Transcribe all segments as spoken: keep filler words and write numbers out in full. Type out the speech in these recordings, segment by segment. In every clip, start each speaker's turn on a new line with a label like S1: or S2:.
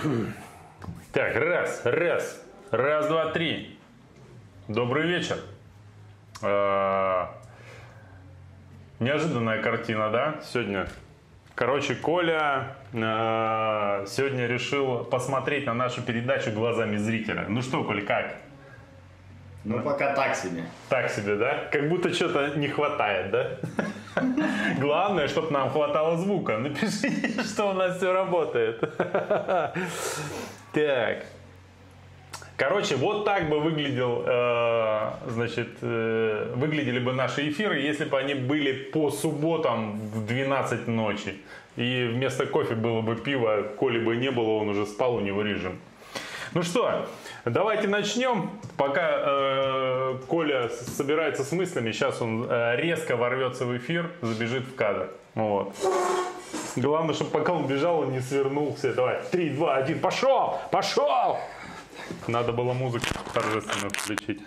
S1: Так, раз, раз, раз, два, три. Добрый вечер. А, неожиданная картина, да, сегодня? Короче, Коля а, сегодня решил посмотреть на нашу передачу глазами зрителя. Ну что, Коля, как?
S2: Ну, пока так себе.
S1: Так себе, да? Как будто что-то не хватает, да? Главное, чтобы нам хватало звука. Напишите, что у нас все работает. Так. Короче, вот так бы выглядел, э, значит, э, выглядели бы наши эфиры, если бы они были по субботам в двенадцать ночи. И вместо кофе было бы пиво, Коли бы не было, он уже спал, у него режим. Ну что, давайте начнем. Пока э, Коля собирается с мыслями, сейчас он э, резко ворвется в эфир, забежит в кадр. Вот. Главное, чтобы пока он бежал, он не свернулся. Давай, три, два, один, пошел! Пошел! Надо было музыку торжественно включить.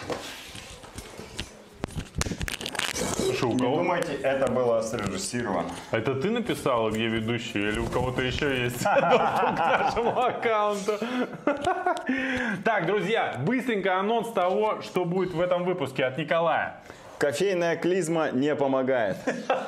S1: Что, у
S2: Не
S1: кого?
S2: думайте, это было срежиссировано.
S1: Это ты написал, где ведущий, или у кого-то еще есть доступ к нашему аккаунту? Так, друзья, быстренько анонс того, что будет в этом выпуске от Николая.
S2: Кофейная клизма не помогает.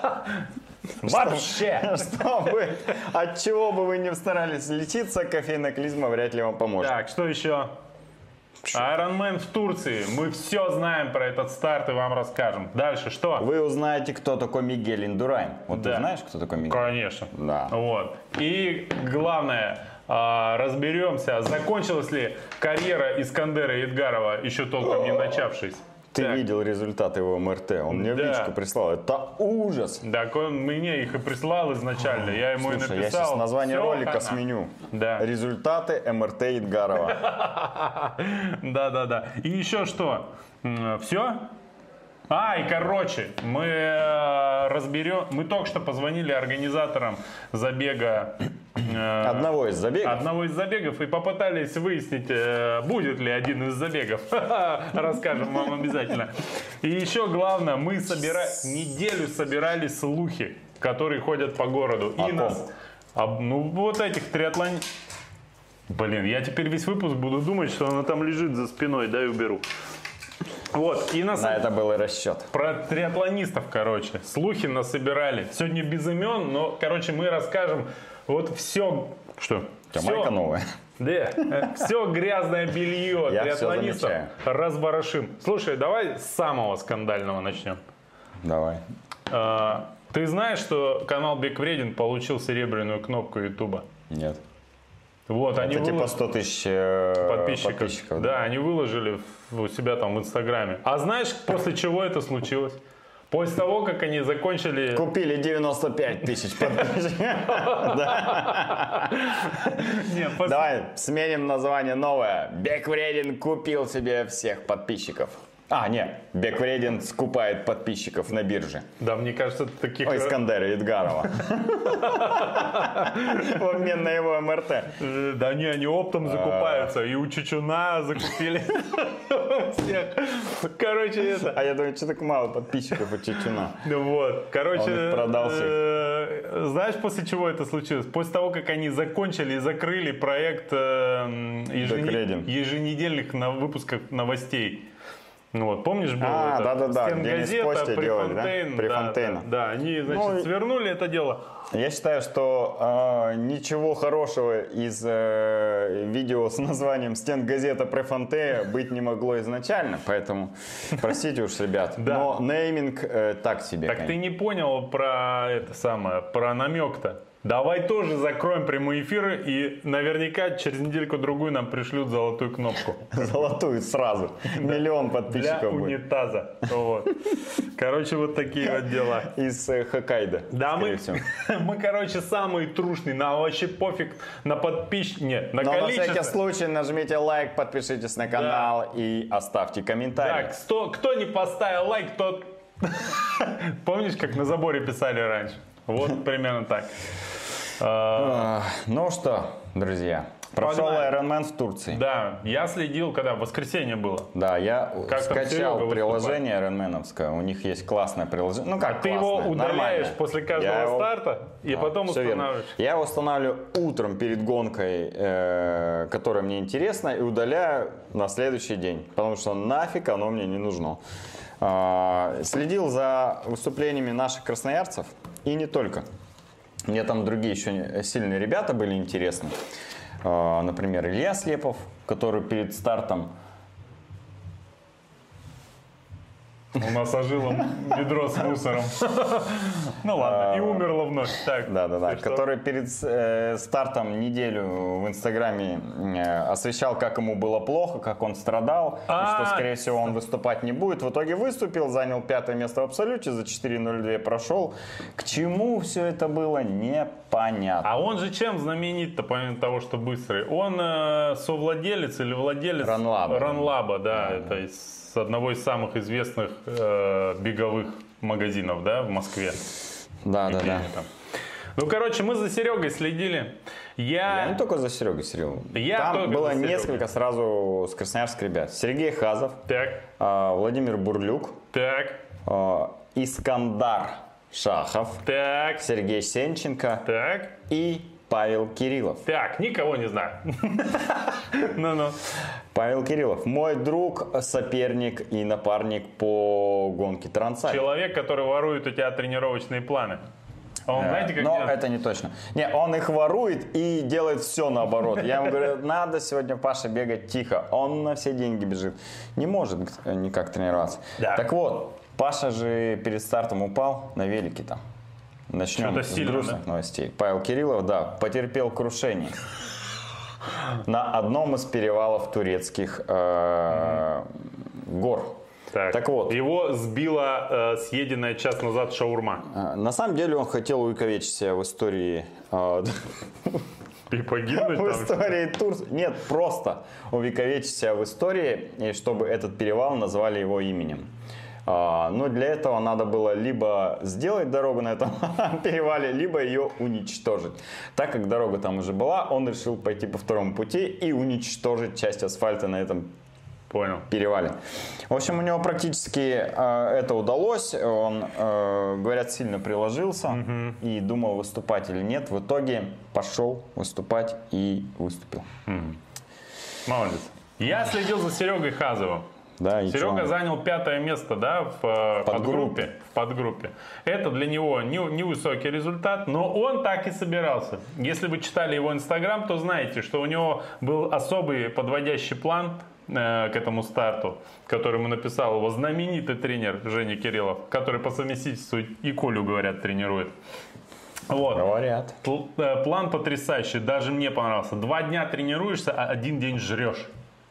S1: Вообще!
S2: Что вы, от чего бы вы ни старались лечиться, кофейная клизма вряд ли вам поможет.
S1: Так, что еще? Iron Man в Турции. Мы все знаем про этот старт и вам расскажем. Дальше что?
S2: Вы узнаете, кто такой Мигель Индурайн. Вот
S1: Да.
S2: ты знаешь, кто такой Мигель?
S1: Конечно.
S2: Да.
S1: Вот. И главное, а, разберемся, закончилась ли карьера Искандера Едгарова, еще толком не начавшись.
S2: Ты
S1: Так.
S2: видел результаты его эм эр тэ? Он мне в
S1: Да.
S2: личку прислал. Это ужас.
S1: Так он мне их и прислал изначально, я ему
S2: Слушай,
S1: и написал.
S2: я сейчас название
S1: Всё,
S2: ролика
S1: хана.
S2: сменю.
S1: Да.
S2: Результаты эм эр тэ Едгарова.
S1: Да, да, да. И еще что? Все? А, и короче, мы э, разберем, мы только что позвонили организаторам забега. э,
S2: Одного из забегов.
S1: Одного из забегов и попытались выяснить, э, будет ли один из забегов. Расскажем вам обязательно. И еще главное, мы собира... неделю собирали слухи, которые ходят по городу.
S2: О
S1: И
S2: ком?
S1: нас... об- Ну, вот этих триатлон... Блин, я теперь весь выпуск буду думать, что она там лежит за спиной, да, и уберу. Вот, и нас...
S2: На это был и расчет.
S1: Про триатлонистов, короче, слухи насобирали. Сегодня без имен, но, короче, мы расскажем вот все... Что?
S2: У тебя
S1: Всё-
S2: майка новая.
S1: Да, все грязное белье
S2: Я всё
S1: триатлонистов
S2: замечаю.
S1: разборошим. Слушай, давай с самого скандального начнем.
S2: Давай.
S1: А, ты знаешь, что канал Бег Вреден получил серебряную кнопку Ютуба?
S2: Нет.
S1: Вот, они
S2: Это типа
S1: вылож-
S2: сто тысяч э,
S1: подписчиков.
S2: подписчиков.
S1: Да, они выложили в- у себя там в Инстаграме. А знаешь, после чего это случилось? После того, как они закончили...
S2: Купили девяносто пять тысяч подписчиков.
S1: Не, после-
S2: Давай сменим название новое. Бег Вреден купил себе всех подписчиков. А, нет, Бег Вреден скупает подписчиков на бирже.
S1: Да, мне кажется, таких...
S2: Ой, Искандера Едгарова. В обмен на его эм эр тэ.
S1: Э, Да не, они оптом закупаются. И у Чучуна закупили всех. Короче, это...
S2: А я думаю, что так мало подписчиков у Чечуна.
S1: Ну вот, короче,
S2: Он их продал всех.
S1: э, знаешь, после чего это случилось? После того, как они закончили и закрыли проект э, ежене-
S2: Вреден.
S1: еженедельных на- выпусков новостей. Ну вот, помнишь, было
S2: А,
S1: это?
S2: да-да-да, где они с
S1: Стенгазета,
S2: Костей делали, да?
S1: Префонтейн, да,
S2: Префонтейна.
S1: да, да, они, значит,
S2: Ну, и-
S1: свернули это дело.
S2: Я считаю, что э, ничего хорошего из э, видео с названием «Стенгазета Префонтея» быть не могло изначально, поэтому простите уж, ребят,
S1: Да.
S2: но нейминг э, так себе.
S1: Так ты
S2: конечно.
S1: не понял про это самое, про намек-то. Давай тоже закроем прямые эфиры, и наверняка через недельку-другую нам пришлют золотую кнопку.
S2: Золотую сразу. Миллион
S1: Для
S2: подписчиков будет.
S1: унитаза. Вот. Короче, вот такие вот дела.
S2: Из э, Хоккайдо.
S1: Да,
S2: скорее
S1: мы,
S2: всего.
S1: мы, короче, самые трушные. Нам вообще пофиг на подписчиков. Нет, на
S2: Но на
S1: количество.
S2: всякий случай нажмите лайк, подпишитесь на канал и оставьте комментарий.
S1: Так, сто- кто не поставил лайк, тот... Помнишь, как на заборе писали раньше? Вот примерно так. А,
S2: А, Ну что, друзья, Прошел
S1: Погнали.
S2: Ironman в Турции.
S1: Да, я следил, когда в воскресенье было.
S2: Да, я
S1: Как там Серега
S2: скачал
S1: выступает?
S2: приложение Ironman-овское. У них есть классное приложение. Ну как
S1: А ты его
S2: классное,
S1: удаляешь
S2: нормальное.
S1: после каждого
S2: Я его-
S1: старта и
S2: Да,
S1: потом
S2: всё верно.
S1: устанавливаешь.
S2: Я его устанавливаю утром перед гонкой, э, которая мне интересна, и удаляю на следующий день. Потому что нафиг оно мне не нужно. А, следил за выступлениями наших красноярцев и не только. Мне там другие еще сильные ребята были интересны. А, например, Илья Слепов, который перед стартом
S1: У нас ожило ведро с мусором. Ну ладно, и умерло вновь. Так,
S2: Да, да, да.
S1: ты что?
S2: Который перед э, стартом неделю в Инстаграме э, освещал, как ему было плохо, как он страдал, и
S1: А,
S2: что, скорее всего, он выступать не будет. В итоге выступил, занял пятое место в абсолюте, за четыре ноль два прошел. К чему все это было, непонятно.
S1: А он же чем знаменит-то, помимо того, что быстрый? Он э, совладелец или владелец
S2: Ранлаба.
S1: Ранлаба, да, это из одного из самых известных э, беговых магазинов, да, в Москве.
S2: Да, да,
S1: Где
S2: да.
S1: они там? Ну, короче, мы за Серегой следили. Я...
S2: Я не только за Серегой Серегу.
S1: Я
S2: Там
S1: только
S2: было
S1: за Серегой.
S2: несколько сразу с красноярских ребят. Сергей Хазов,
S1: Так,
S2: э, Владимир Бурлюк,
S1: так,
S2: э, Искандар Шахов,
S1: так,
S2: Сергей Сенченко
S1: так,
S2: и Павел Кириллов.
S1: так, никого не знаю. Ну-ну.
S2: Павел Кириллов, мой друг, соперник и напарник по гонке Трансаль.
S1: Человек, который ворует у тебя тренировочные планы. А он, знаете, как
S2: Но
S1: делает?
S2: это не точно. Не, он их ворует и делает все наоборот. Я ему говорю, надо сегодня, Паша, бегать тихо. Он на все деньги бежит. Не может никак тренироваться.
S1: Да.
S2: Так вот, Паша же перед стартом упал на велике там. Начнем
S1: Что-то
S2: с
S1: сильно,
S2: грустных
S1: да?
S2: новостей. Павел Кириллов, да, потерпел крушение на одном из перевалов турецких э, гор.
S1: Так.
S2: Так вот.
S1: Его сбила э, съеденная час назад шаурма.
S2: Э, На самом деле он хотел увековечить себя в истории э,
S1: И погибнуть
S2: в
S1: там.
S2: истории Турции. Нет, просто увековечить себя в истории, и чтобы этот перевал назвали его именем. А, Но для этого надо было либо сделать дорогу на этом перевале, либо ее уничтожить. Так как дорога там уже была, он решил пойти по второму пути и уничтожить часть асфальта на этом
S1: Понял.
S2: перевале. В общем, у него практически э, это удалось. Он, э, говорят, сильно приложился и думал, выступать или нет. В итоге пошел выступать и выступил.
S1: Молодец. Я следил за Серегой Хазовым.
S2: Да, и
S1: Серега
S2: чё?
S1: занял пятое место, да, в э,
S2: Подгруппе.
S1: подгруппе. В подгруппе. Это для него не- невысокий результат, но он так и собирался. Если вы читали его инстаграм, то знаете, что у него был особый подводящий план э, к этому старту, который ему написал его знаменитый тренер Женя Кириллов, который по совместительству и Колю, говорят, тренирует. Вот.
S2: Говорят.
S1: Пл- э, План потрясающий, даже мне понравился. Два дня тренируешься, а один день жрешь.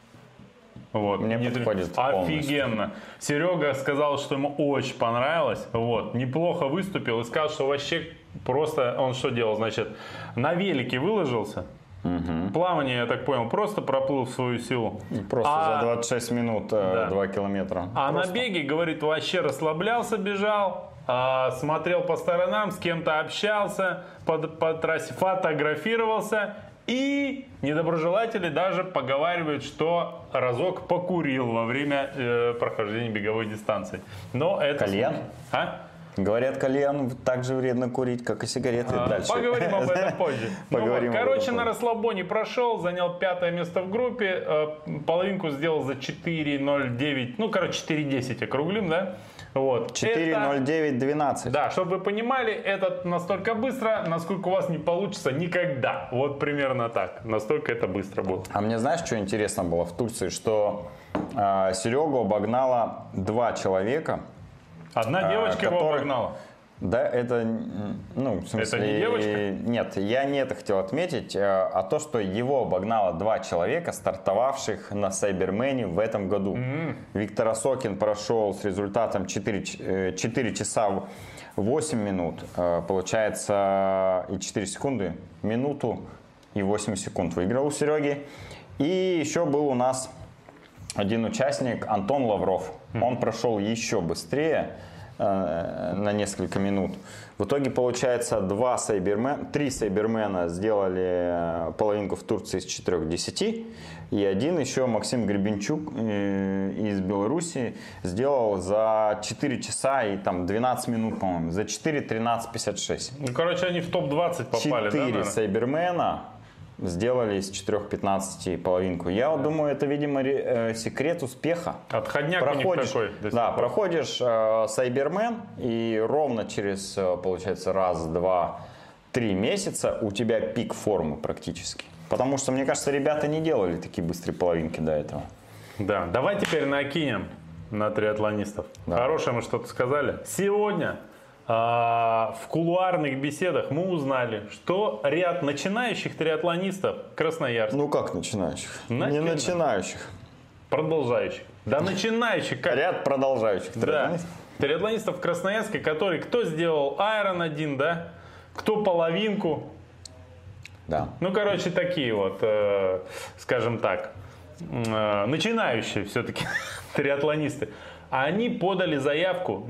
S1: Вот.
S2: Мне
S1: Не-
S2: подходит полностью.
S1: Офигенно. Серега сказал, что ему очень понравилось. Вот. Неплохо выступил и сказал, что вообще просто он что делал? Значит, на велике выложился. Плавание, я так понял, просто проплыл в свою силу.
S2: Просто
S1: А-
S2: за двадцать шесть минут э,
S1: Да.
S2: два километра.
S1: А
S2: Просто.
S1: на беге, говорит, вообще расслаблялся, бежал, а, смотрел по сторонам, с кем-то общался, по, по трассе фотографировался. И недоброжелатели даже поговаривают, что разок покурил во время э, прохождения беговой дистанции. Но это...
S2: Кальян?
S1: А?
S2: Говорят, кальян так же вредно курить, как и сигареты.
S1: А,
S2: Дальше.
S1: Поговорим об этом позже. Ну
S2: Поговорим
S1: вот,
S2: об
S1: короче,
S2: этом
S1: на
S2: позже.
S1: расслабоне прошел, занял пятое место в группе, э, половинку сделал за четыре ноль девять, ну, короче, четыре десять округлим, да? Вот.
S2: четыре ноль девять двенадцать.
S1: Да, чтобы вы понимали, это настолько быстро, насколько у вас не получится никогда. Вот примерно так. Настолько это быстро было.
S2: А мне знаешь, что интересно было в Турции? Что э, Серегу обогнало два человека.
S1: Одна
S2: А,
S1: девочка его
S2: который-
S1: обогнала.
S2: Да, это, м, ну, в смысле...
S1: не девочка?
S2: Нет, я не это хотел отметить, э, а то, что его обогнало два человека, стартовавших на Сайбермене в этом году. Виктор Осокин прошел с результатом четыре, ч- э, четыре часа восемь минут, э, получается, и четыре секунды, минуту и восемь секунд выиграл у Сереги. И еще был у нас один участник, Антон Лавров. Он прошел еще быстрее, э, на несколько минут. В итоге получается два сайбермена, три сайбермена сделали половинку в Турции из четырёх десяти. И один еще Максим Гребенчук э, из Беларуси сделал за четыре часа и там двенадцать минут, по-моему, за четыре тринадцать пятьдесят шесть.
S1: Ну, короче, они в топ двадцать попали,
S2: четыре
S1: да,
S2: сайбермена сделали из четырёх пятнадцати половинку. Я вот думаю, это, видимо, ре, э, секрет успеха.
S1: Отходняк
S2: проходишь,
S1: у них такой.
S2: Да, проходишь э, сайбермен, и ровно через, э, получается, раз, два, три месяца у тебя пик формы практически. Потому что, мне кажется, ребята не делали такие быстрые половинки до этого.
S1: Да, давай теперь накинем на триатлонистов.
S2: Да.
S1: Хорошее мы что-то сказали. Сегодня э, в кулуарных беседах мы узнали, что ряд начинающих триатлонистов Красноярска,
S2: Ну как начинающих?
S1: Начинающих.
S2: Не начинающих.
S1: продолжающих, да начинающих, как
S2: Ряд продолжающих
S1: да,
S2: триатлонистов.
S1: триатлонистов Красноярска, которые кто сделал Iron один, да, кто половинку.
S2: Да.
S1: Ну, короче, такие вот, э, скажем так, э, начинающие все-таки триатлонисты. Они подали заявку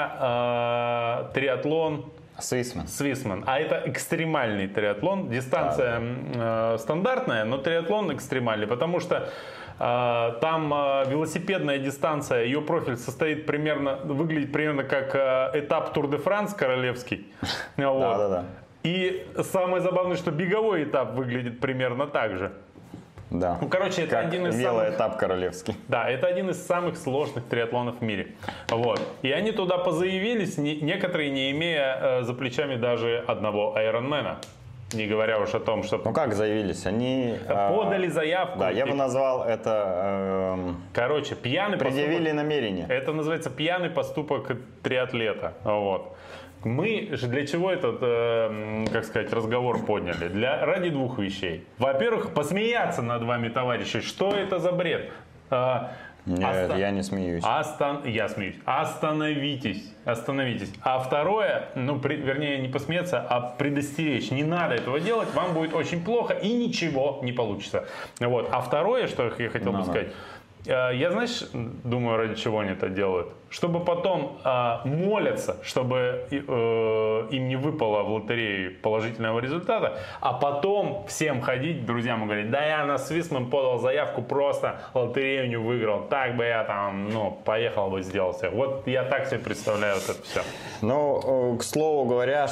S1: на э, триатлон
S2: Свисмен.
S1: Свисмен. А это экстремальный триатлон. Дистанция э, стандартная, но триатлон экстремальный, потому что э, там э, велосипедная дистанция, ее профиль состоит примерно, выглядит примерно как э, этап Тур-де-Франс королевский. Вот.
S2: Да, да, да.
S1: И самое забавное, что беговой этап выглядит примерно так же.
S2: Да.
S1: Ну, короче, это
S2: как
S1: один из
S2: велоэтап
S1: самых...
S2: королевский.
S1: Да, это один из самых сложных триатлонов в мире. Вот. И они туда позаявились, не, некоторые не имея э, за плечами даже одного айронмена. Не говоря уж о том, что...
S2: Ну как заявились? Они...
S1: Подали
S2: э,
S1: заявку.
S2: Да, я бы
S1: и,
S2: назвал это... Э,
S1: короче, пьяный
S2: предъявили
S1: поступок.
S2: намерение.
S1: Это называется пьяный поступок триатлета. Вот. Мы же для чего этот, э, как сказать, разговор подняли? Для, ради двух вещей. Во-первых, посмеяться над вами, товарищи. Что это за бред? Э,
S2: Нет,
S1: оста-
S2: я не смеюсь.
S1: Остан... Я смеюсь. Остановитесь. Остановитесь. А второе, ну, при... вернее, не посмеяться, а предостеречь. Не надо этого делать, вам будет очень плохо и ничего не получится. Вот. А второе, что я хотел бы
S2: Ну-ну.
S1: сказать. Я, знаешь, думаю, ради чего они это делают? Чтобы потом э, молятся, чтобы э, им не выпало в лотерею положительного результата, а потом всем ходить, друзьям, и говорить: да я на Свисмен подал заявку, просто лотерею не выиграл, так бы я там, ну, поехал бы, сделал все. Вот я так себе представляю вот это все.
S2: Ну, к слову говоря,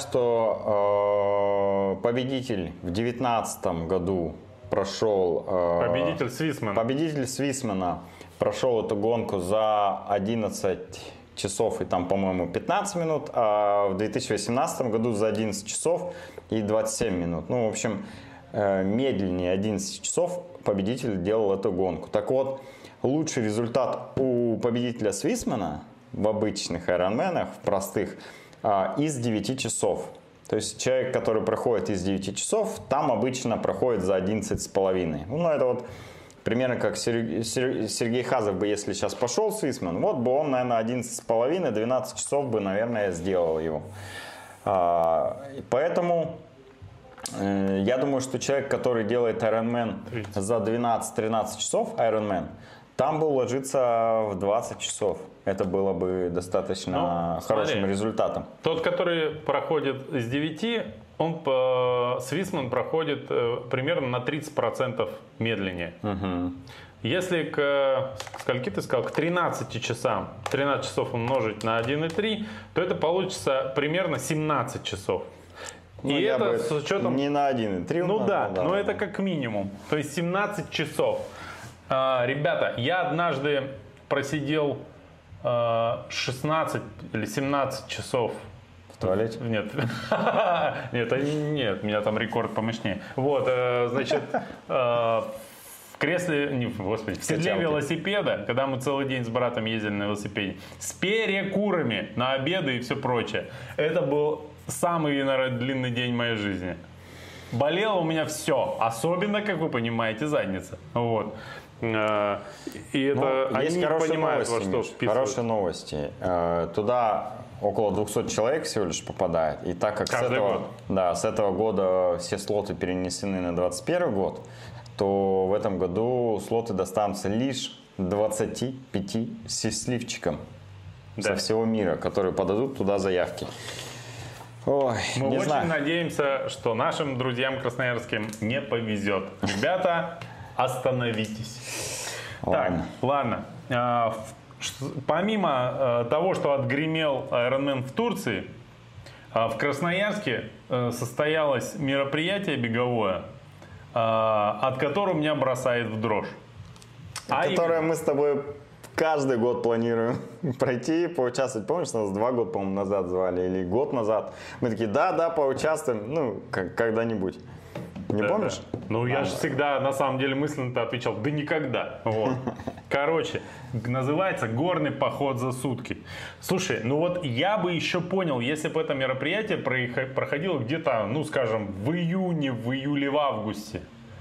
S2: что э, победитель в девятнадцатом году прошел... Э,
S1: Победитель Свисмена.
S2: Победитель Свисмена прошел эту гонку за одиннадцать часов и там, по-моему, пятнадцать минут, а в две тысячи восемнадцатом году за одиннадцать часов и двадцать семь минут. Ну, в общем, э, медленнее одиннадцать часов победитель делал эту гонку. Так вот, лучший результат у победителя Свисмена в обычных айронменах, в простых, э, из девяти часов. То есть человек, который проходит из девяти часов, там обычно проходит за одиннадцать с половиной. Ну, это вот примерно как Сергей Хазов бы, если сейчас пошел Свисмен, вот бы он, наверное, одиннадцать с половиной, двенадцать часов бы, наверное, сделал его. Поэтому я думаю, что человек, который делает Ironman за двенадцать-тринадцать часов, Ironman, там бы уложиться в двадцать часов. Это было бы достаточно ну, хорошим смотри, результатом.
S1: Тот, который проходит с девяти, он по Свисмен проходит примерно на тридцать процентов медленнее. Угу. Если к, скольки ты сказал, к тринадцати часам, тринадцать часов умножить на один и три, то это получится примерно семнадцать часов.
S2: Ну,
S1: и это с учетом...
S2: Не на один и три.
S1: Ну да,
S2: да,
S1: но
S2: да,
S1: это
S2: да.
S1: как минимум. То есть семнадцать часов. А, ребята, я однажды просидел а, шестнадцать или семнадцать часов.
S2: В туалете?
S1: Нет. Нет, нет, у меня там рекорд помощнее. Вот, значит, в кресле, не, господи, в седле велосипеда, когда мы целый день с братом ездили на велосипеде, с перекурами на обеды и все прочее. Это был самый, наверное, длинный день моей жизни. Болело у меня все, особенно, как вы понимаете, задница. Вот. И это
S2: ну,
S1: они
S2: есть
S1: не понимают,
S2: новости,
S1: во что
S2: Миш,
S1: вписывают.
S2: Хорошие новости. Туда около двухсот человек всего лишь попадает. И так как с этого, да, с этого года все слоты перенесены на двадцать первый год, то в этом году слоты достанутся лишь двадцати пяти счастливчикам.
S1: Да.
S2: со всего мира, которые подадут туда заявки. Ой,
S1: Мы
S2: не
S1: очень
S2: знаю.
S1: надеемся, что нашим друзьям красноярским не повезет. Ребята, остановитесь.
S2: Ладно.
S1: Так, ладно. А, в- ш- Помимо а, того, что отгремел Ironman в Турции, а, в Красноярске а, состоялось мероприятие беговое, а, от которого меня бросает в дрожь. А
S2: Которое
S1: именно-
S2: мы с тобой каждый год планируем пройти, поучаствовать. Помнишь, нас два года, по-моему, назад звали, или год назад. Мы такие, да, да, поучаствуем, ну, как- когда-нибудь. Не
S1: Да,
S2: помнишь?
S1: да. Ну, я же всегда, на самом деле, мысленно-то отвечал, да никогда. Вот. Короче, называется «Горный поход за сутки». Слушай, ну вот я бы еще понял, если бы это мероприятие проих- проходило где-то, ну, скажем, в июне, в июле, в августе.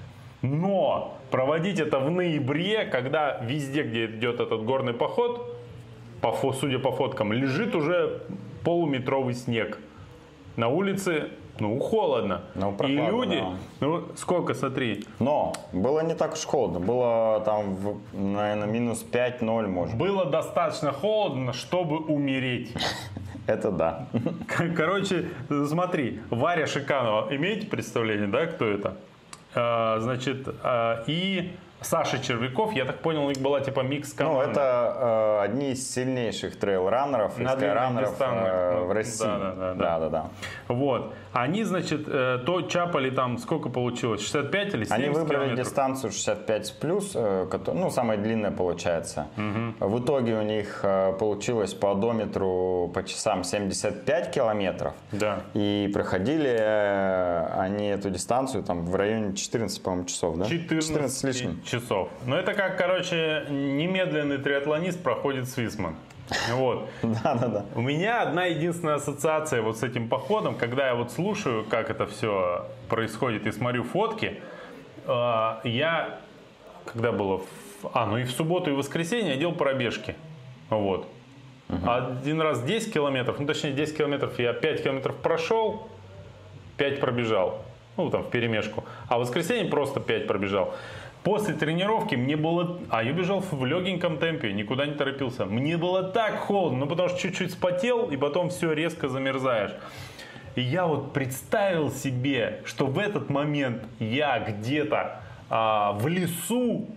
S1: Но проводить это в ноябре, когда везде, где идет этот горный поход, по, фо- судя по фоткам, лежит уже полуметровый снег. На улице, ну, холодно.
S2: Ну,
S1: И
S2: прохладно,
S1: люди,
S2: да.
S1: ну, сколько, смотри,
S2: Но было не так уж холодно. Было там, в- наверное, минус пять ноль, может.
S1: было достаточно холодно, чтобы умереть.
S2: Это да.
S1: К- Короче, смотри, Варя Шиканова, имеете представление, да, кто это? А, значит, а, и Саша Червяков, я так понял, у них была типа микс
S2: Ну,
S1: команда.
S2: это э, одни из сильнейших трейл-раннеров и
S1: На длинных
S2: скайраннеров
S1: дистанциях,
S2: э,
S1: ну,
S2: в России.
S1: да, да, да, да.
S2: да, да, да.
S1: Вот. Они, значит, э, то чапали там, сколько получилось, шестьдесят пять или семьдесят
S2: Они выбрали
S1: километров?
S2: дистанцию шестьдесят пять плюс, э, кото- ну, самая длинная получается. В итоге у них э, получилось по одометру по часам семьдесят пять километров.
S1: Да.
S2: И проходили э, они эту дистанцию там в районе четырнадцати, по-моему, часов, да?
S1: четырнадцать
S2: с лишним.
S1: часов. Но это как, короче, немедленный триатлонист проходит Свисман. Вот.
S2: Да, да, да.
S1: У меня одна единственная ассоциация вот с этим походом, когда я вот слушаю, как это все происходит и смотрю фотки, э, я, когда было, в- а, ну и в субботу и в воскресенье я делал пробежки, вот. Один раз десять километров, ну точнее десять километров я пять километров прошел, пять пробежал, ну там в перемешку, а в воскресенье просто пять пробежал. После тренировки мне было, а я бежал в легеньком темпе, никуда не торопился. Мне было так холодно, ну потому что чуть-чуть спотел, и потом все резко замерзаешь. И я вот представил себе, что в этот момент я где-то а, в лесу,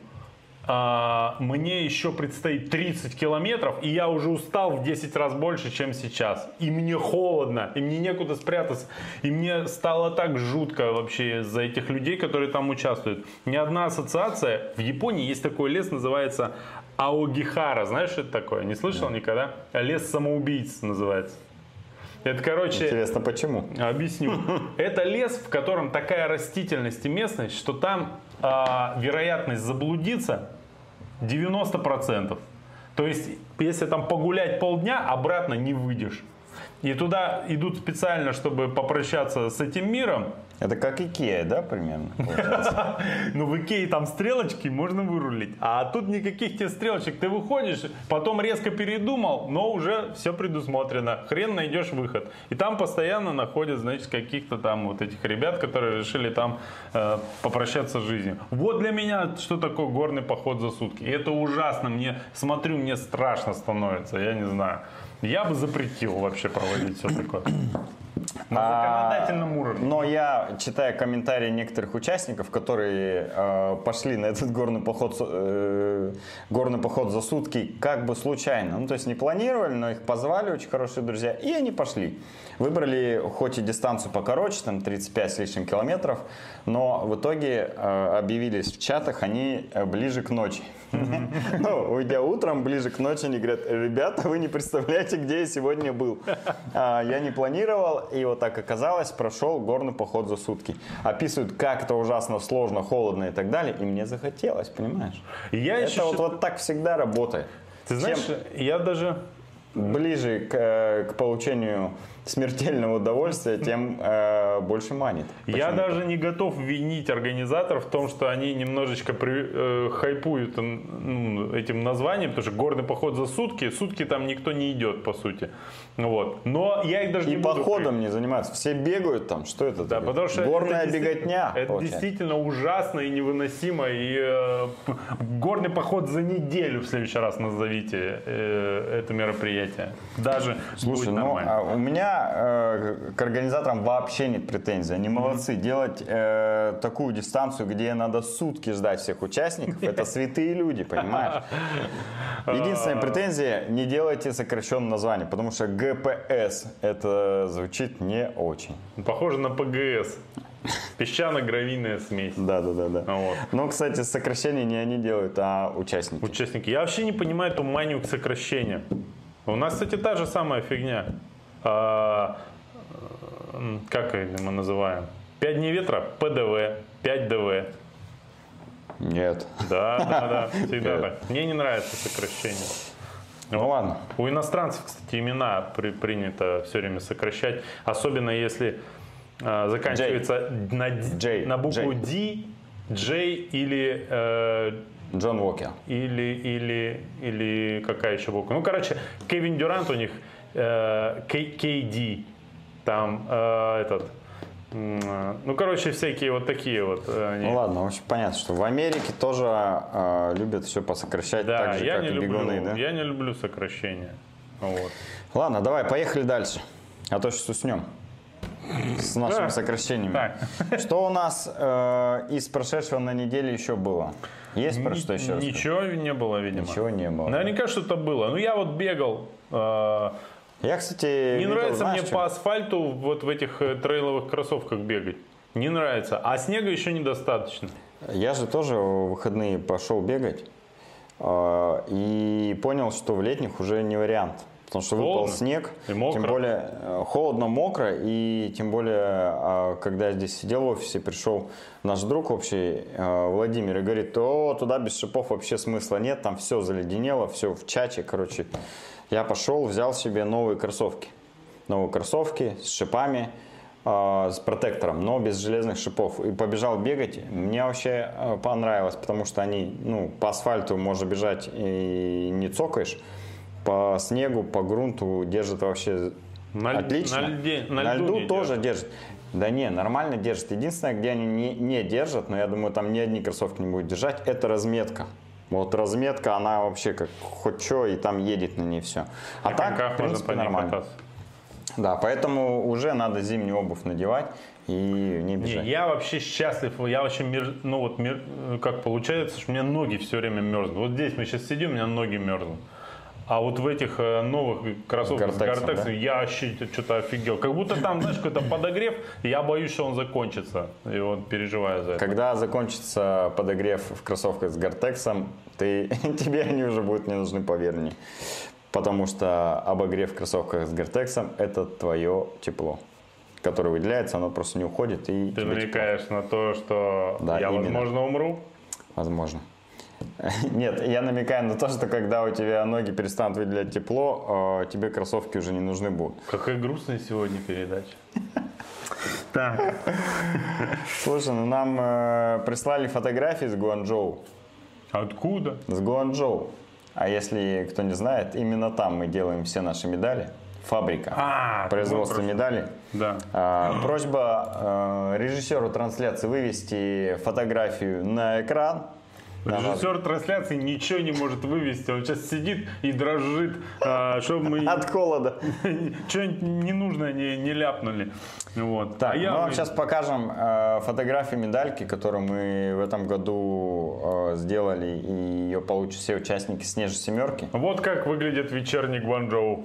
S1: а, мне еще предстоит тридцать километров, и я уже устал в десять раз больше, чем сейчас. И мне холодно, и мне некуда спрятаться. И мне стало так жутко вообще из-за этих людей, которые там участвуют. Ни одна ассоциация. В Японии есть такой лес, называется Аогихара. Знаешь, что это такое? Не слышал никогда? Лес самоубийц называется. Это, короче...
S2: Интересно, почему?
S1: Объясню. Это лес, в котором такая растительность и местность, что там а, вероятность заблудиться девяносто процентов. То есть, если там погулять полдня, обратно не выйдешь. И туда идут специально, чтобы попрощаться с этим миром.
S2: Это как Икея, да, примерно? получается?
S1: Ну, в Икее там стрелочки можно вырулить. А тут никаких тебе стрелочек. Ты выходишь, потом резко передумал, но уже все предусмотрено. Хрен найдешь выход. И там постоянно находят, значит, каких-то там вот этих ребят, которые решили там э, попрощаться с жизнью. Вот для меня что такое горный поход за сутки. И это ужасно. Мне, смотрю, мне страшно становится. Я не знаю. Я бы запретил вообще проводить все такое. На законодательном уровне.
S2: Но я, читая комментарии некоторых участников, которые э, пошли на этот горный поход, э, горный поход за сутки как бы случайно, ну то есть не планировали, но их позвали очень хорошие друзья, и они пошли. Выбрали хоть и дистанцию покороче, там тридцать пять с лишним километров, но в итоге э, объявились в чатах они э, ближе к ночи. Ну, уйдя утром, ближе к ночи, они говорят: ребята, вы не представляете, где я сегодня был. А, я не планировал, и вот так оказалось, прошел горный поход за сутки. Описывают, как это ужасно сложно, холодно и так далее, и мне захотелось, понимаешь?
S1: Я
S2: Это
S1: еще
S2: вот,
S1: считаю-
S2: вот так всегда работает.
S1: Ты знаешь,
S2: Чем
S1: я даже...
S2: ближе к, э, к получению смертельного удовольствия, тем э, больше манит.
S1: Я даже не готов винить организаторов в том, что они немножечко при, э, хайпуют ну, этим названием, потому что горный поход за сутки, сутки там никто не идет, по сути. Вот. Но я их даже
S2: И
S1: не буду
S2: походом
S1: при...
S2: не занимаются, все бегают там, что это?
S1: Да, потому что
S2: горная
S1: это
S2: беготня.
S1: Это
S2: получается.
S1: действительно ужасно и невыносимо. И э, горный поход за неделю в следующий раз назовите э, это мероприятие. Даже
S2: Слушай,
S1: будет
S2: ну
S1: нормально.
S2: а у меня э, к организаторам вообще нет претензий. Они молодцы. Делать э, такую дистанцию, где надо сутки ждать всех участников, это святые люди, понимаешь? Единственная претензия, не делайте сокращенное название, потому что ГПС это звучит не очень.
S1: Похоже на ПГС. Песчано-гравийная смесь.
S2: Да, да, да, да.
S1: Вот.
S2: Но, кстати, сокращение не они делают, а участники.
S1: Участники. Я вообще не понимаю эту манию к сокращениям. У нас, кстати, та же самая фигня. А, как ее мы называем? пять дней ветра, ПДВ, пять ДВ.
S2: Нет.
S1: Да, да, да, всегда так. Мне не нравится сокращение.
S2: Ну вот. Ладно.
S1: У иностранцев, кстати, имена при, принято все время сокращать. Особенно если э, заканчивается на,
S2: J.
S1: на букву
S2: J.
S1: D, J или... Э,
S2: Джон Уокер.
S1: Или, или, или какая еще буква? Ну, короче, Кевин Дюрант у них э, кей ди. Там э, этот... э, ну, короче, всякие вот такие вот. э, Они.
S2: Ну ладно, в общем, понятно, что в Америке тоже э, любят все посокращать,
S1: Да,
S2: так же,
S1: я
S2: как
S1: не
S2: и
S1: люблю,
S2: бегуны, да?
S1: я не люблю сокращения. Вот.
S2: Ладно, давай, поехали дальше. А то сейчас уснем с нашими
S1: Да.
S2: сокращениями.
S1: Так.
S2: Что у нас э, из прошедшего на неделе еще было? Есть про
S1: Ни-
S2: что еще рассказать?
S1: Ничего не было, видимо.
S2: Ничего не было.
S1: Наверняка что-то было. Ну, я вот бегал. э,
S2: Я, кстати,
S1: Не
S2: видел,
S1: нравится
S2: знаешь,
S1: мне
S2: что?
S1: по асфальту вот в этих э, трейловых кроссовках бегать. Не нравится. А снега еще недостаточно.
S2: Я же тоже в выходные пошел бегать э, и понял, что в летних уже не вариант. Потому что выпал
S1: Холодно
S2: снег,
S1: и мокро.
S2: тем более э, холодно, мокро, и тем более, э, когда я здесь сидел в офисе, пришел наш друг общий, э, Владимир, и говорит, о, туда без шипов вообще смысла нет, там все заледенело, все в чате, короче. Я пошел, взял себе новые кроссовки. Новые кроссовки с шипами, э, с протектором, но без железных шипов. И побежал бегать. Мне вообще э, понравилось, потому что они, ну, по асфальту можно бежать и не цокаешь. По снегу, по грунту держит вообще
S1: На, ль-
S2: отлично.
S1: на льде- на
S2: На
S1: льду
S2: льду
S1: не
S2: тоже
S1: держит.
S2: держит. Да не, нормально держит. Единственное, где они не, не держат, но я думаю, там ни одни кроссовки не будут держать, это разметка. Вот разметка, она вообще как хоть что, и там едет на ней все. А
S1: На
S2: так,
S1: коньках
S2: в
S1: можно
S2: принципе,
S1: по ней
S2: нормально.
S1: кататься.
S2: Да, поэтому уже надо зимнюю обувь надевать и не
S1: Не,
S2: бежать.
S1: я вообще счастлив, я вообще, мер- ну вот, мер- как получается, что у меня ноги все время мерзнут. Вот здесь мы сейчас сидим, у меня ноги мерзнут. А вот в этих э, новых кроссовках с
S2: Гортексом,
S1: Гортексом
S2: да?
S1: я вообще что-то офигел. Как будто там, знаешь, какой-то подогрев, и я боюсь, что он закончится. И вот переживаю за это.
S2: Когда закончится подогрев в кроссовках с Гортексом, ты, тебе они уже будут не нужны, поверь мне. Потому что обогрев в кроссовках с Гортексом – это твое тепло, которое выделяется, оно просто не уходит. И
S1: Ты
S2: тебе
S1: намекаешь на то, что
S2: Да,
S1: я,
S2: именно.
S1: возможно, умру?
S2: тепло. Возможно. Нет, я намекаю на то, что когда у тебя ноги перестанут выделять тепло, э, тебе кроссовки уже не нужны будут.
S1: Какая грустная сегодня передача. Так.
S2: Слушай, ну нам э, прислали фотографии с Гуанчжоу.
S1: Откуда?
S2: С Гуанчжоу. А если кто не знает, именно там мы делаем все наши медали. Фабрика.
S1: А,
S2: Производство
S1: вопрос.
S2: медалей.
S1: Да.
S2: А, просьба э, режиссеру трансляции вывести фотографию на экран.
S1: Режиссер трансляции ничего не может вывести. Он сейчас сидит и дрожит, а, чтобы мы
S2: От холода.
S1: что-нибудь ненужное не, не ляпнули. Вот.
S2: Так,
S1: А я
S2: мы вам
S1: вы-
S2: сейчас покажем э, фотографию медальки, которую мы в этом году э, сделали, и ее получат все участники «Снежной семерки».
S1: Вот как выглядит вечерний Гуанчжоу.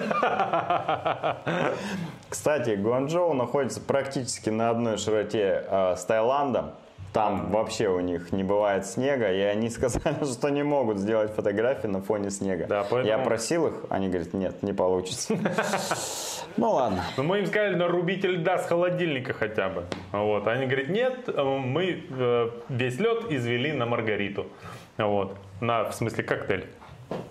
S2: Кстати, Гуанчжоу находится практически на одной широте э, с Таиландом. Там вообще у них не бывает снега, и они сказали, что не могут сделать фотографии на фоне снега.
S1: Да, поэтому-
S2: Я просил их, они говорят, нет, не получится. Ну ладно.
S1: Но мы им сказали, нарубите льда с холодильника хотя бы. Вот. Они говорят, нет, мы э, весь лед извели на Маргариту. Вот. На, в смысле, коктейль.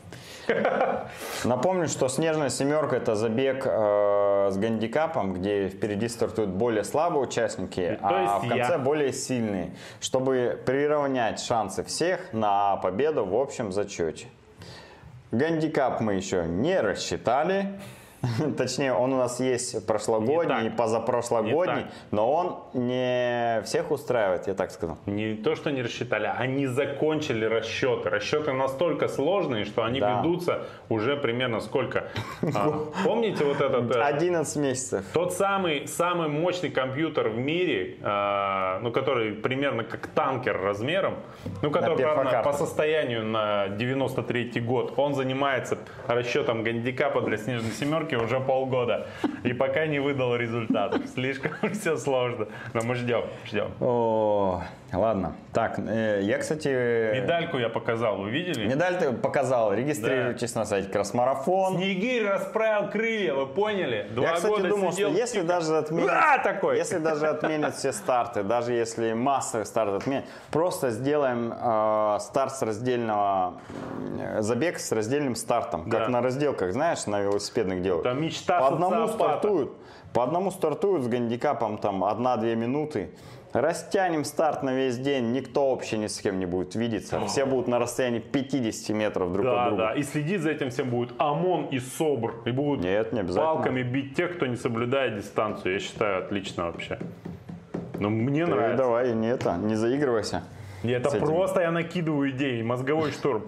S2: Напомню, что снежная семерка это забег э, с гандикапом, где впереди стартуют более слабые участники, а в конце я. более сильные, чтобы приравнять шансы всех на победу в общем зачете. Гандикап мы еще не рассчитали. Точнее, он у нас есть прошлогодний и позапрошлогодний, но он не всех устраивает, я так сказал.
S1: Не то, что не рассчитали, они закончили расчеты. Расчеты настолько сложные, что они да. ведутся уже примерно сколько? А, помните вот этот...
S2: одиннадцать месяцев.
S1: Тот самый, самый мощный компьютер в мире, а, ну, который примерно как танкер размером, ну, который, правда, по состоянию на девяносто третий год, он занимается расчетом гандикапа для снежной семерки уже полгода. И пока не выдал результатов. Слишком все сложно. Но мы ждем, ждем.
S2: О, ладно. Так, э, я, кстати...
S1: Медальку я показал, вы видели?
S2: Медаль ты показал. Регистрируйтесь да. на сайте Красмарафон.
S1: Снегирь расправил крылья, вы поняли? Два
S2: я, кстати,
S1: года
S2: думал,
S1: сидел...
S2: что если даже отменят...
S1: Ура, такой!
S2: Если даже отменят все старты, даже если массовый старт отменят, просто сделаем э, старт с раздельного... Э, забег с раздельным стартом. Да. Как на разделках, знаешь, на велосипедных делают.
S1: Это мечта
S2: по одному
S1: социопата.
S2: стартуют, по одному стартуют с гандикапом там одна-две минуты. Растянем старт на весь день, никто вообще ни с кем не будет видеться. Все будут на расстоянии пятидесяти метров друг
S1: да,
S2: от друга.
S1: Да, и следить за этим всем будет ОМОН и СОБР. И будут
S2: Нет, не
S1: палками бить тех, кто не соблюдает дистанцию. Я считаю, отлично вообще. Но мне
S2: Ты
S1: нравится.
S2: Давай, не это, не заигрывайся.
S1: Это просто я накидываю идеи, мозговой штурм.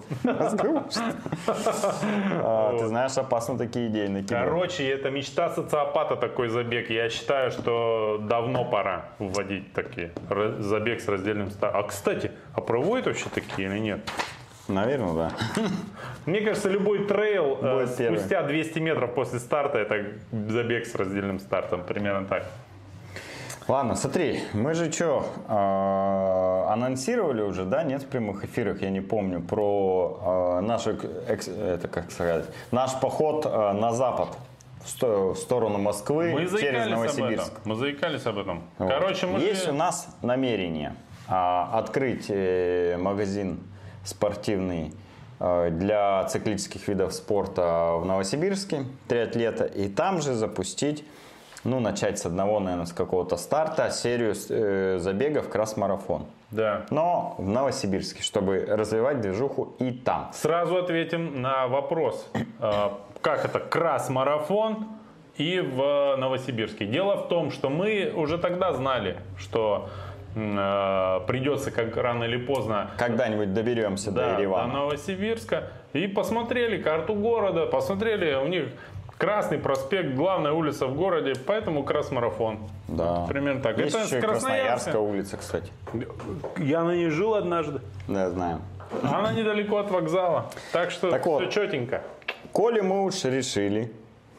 S2: Ты знаешь, опасно такие идеи накидывать.
S1: Короче, это мечта социопата такой забег. Я считаю, что давно пора вводить такие. Забег с раздельным стартом. А кстати, а проводят вообще такие или нет?
S2: Наверное, да.
S1: Мне кажется, любой трейл э, спустя двести метров после старта это забег с раздельным стартом. Примерно так.
S2: Ладно, смотри, мы же что, э, анонсировали уже, да, нет в прямых эфирах, я не помню, про э, наш, экс, это, как сказать, наш поход э, на запад, в, сто, в сторону Москвы
S1: мы
S2: через Новосибирск.
S1: Об этом. Мы заикались об этом.
S2: Вот.
S1: Короче, мы
S2: Есть
S1: же...
S2: у нас намерение э, открыть э, магазин спортивный э, для циклических видов спорта в Новосибирске, триатлета, и там же запустить... Ну, начать с одного, наверное, с какого-то старта, серию э, забегов кросс-марафон.
S1: Да.
S2: Но в Новосибирске, чтобы развивать движуху и там.
S1: Сразу ответим на вопрос. Как это кросс-марафон и в Новосибирске? Дело в том, что мы уже тогда знали, что э, придется как рано или поздно...
S2: Когда-нибудь доберемся
S1: да,
S2: до Еревана.
S1: До Новосибирска. И посмотрели карту города, посмотрели у них... Красный проспект, главная улица в городе, поэтому кросс-марафон.
S2: Да.
S1: Примерно так.
S2: Есть
S1: это
S2: еще и Красноярская улица, кстати.
S1: Я на ней жил однажды.
S2: Да, знаю.
S1: Она недалеко от вокзала. Так что
S2: так
S1: все
S2: вот,
S1: четенько.
S2: Коли мы уж решили...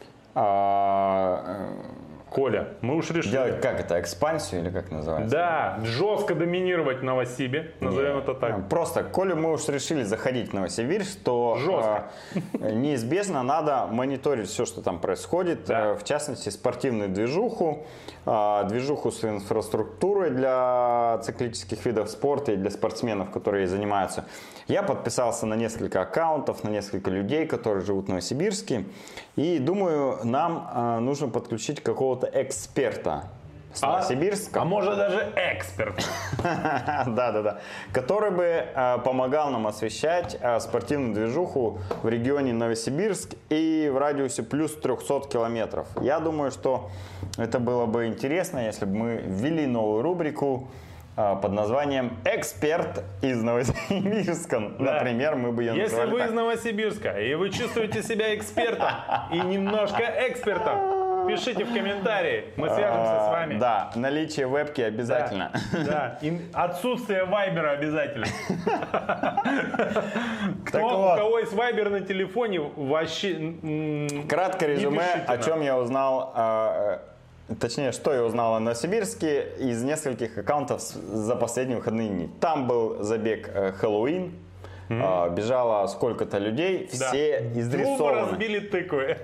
S2: А,
S1: Коля, мы уж решили.
S2: Делать как это, экспансию или как называется?
S1: Да, жестко доминировать в Новосибе, назовем
S2: Нет,
S1: это так.
S2: Просто, коли мы уж решили заходить в Новосибирск, то
S1: жестко.
S2: э, неизбежно надо мониторить все, что там происходит,
S1: да.
S2: э, в частности, спортивную движуху, э, движуху с инфраструктурой для циклических видов спорта и для спортсменов, которые занимаются. Я подписался на несколько аккаунтов, на несколько людей, которые живут в Новосибирске, и думаю, нам э, нужно подключить какого-то эксперта с Новосибирска.
S1: А, а может даже эксперт.
S2: Да-да-да. Который бы э, помогал нам освещать э, спортивную движуху в регионе Новосибирск и в радиусе плюс триста километров. Я думаю, что это было бы интересно, если бы мы ввели новую рубрику э, под названием «Эксперт из Новосибирска». Да. Например, мы бы ее
S1: Если
S2: называли
S1: вы
S2: так.
S1: из Новосибирска и вы чувствуете себя экспертом и немножко экспертом, пишите в комментарии, мы свяжемся с вами.
S2: Да, наличие вебки обязательно.
S1: Да, да. И отсутствие вайбера обязательно. Кто, у кого есть вайбер на телефоне, вообще...
S2: Краткое резюме, о чем я узнал, точнее, что я узнал о Новосибирске из нескольких аккаунтов за последние выходные дни. Там был забег Хэллоуин, Mm-hmm. Бежало сколько-то людей,
S1: да.
S2: все изрисованы.
S1: Двум разбили тыквы.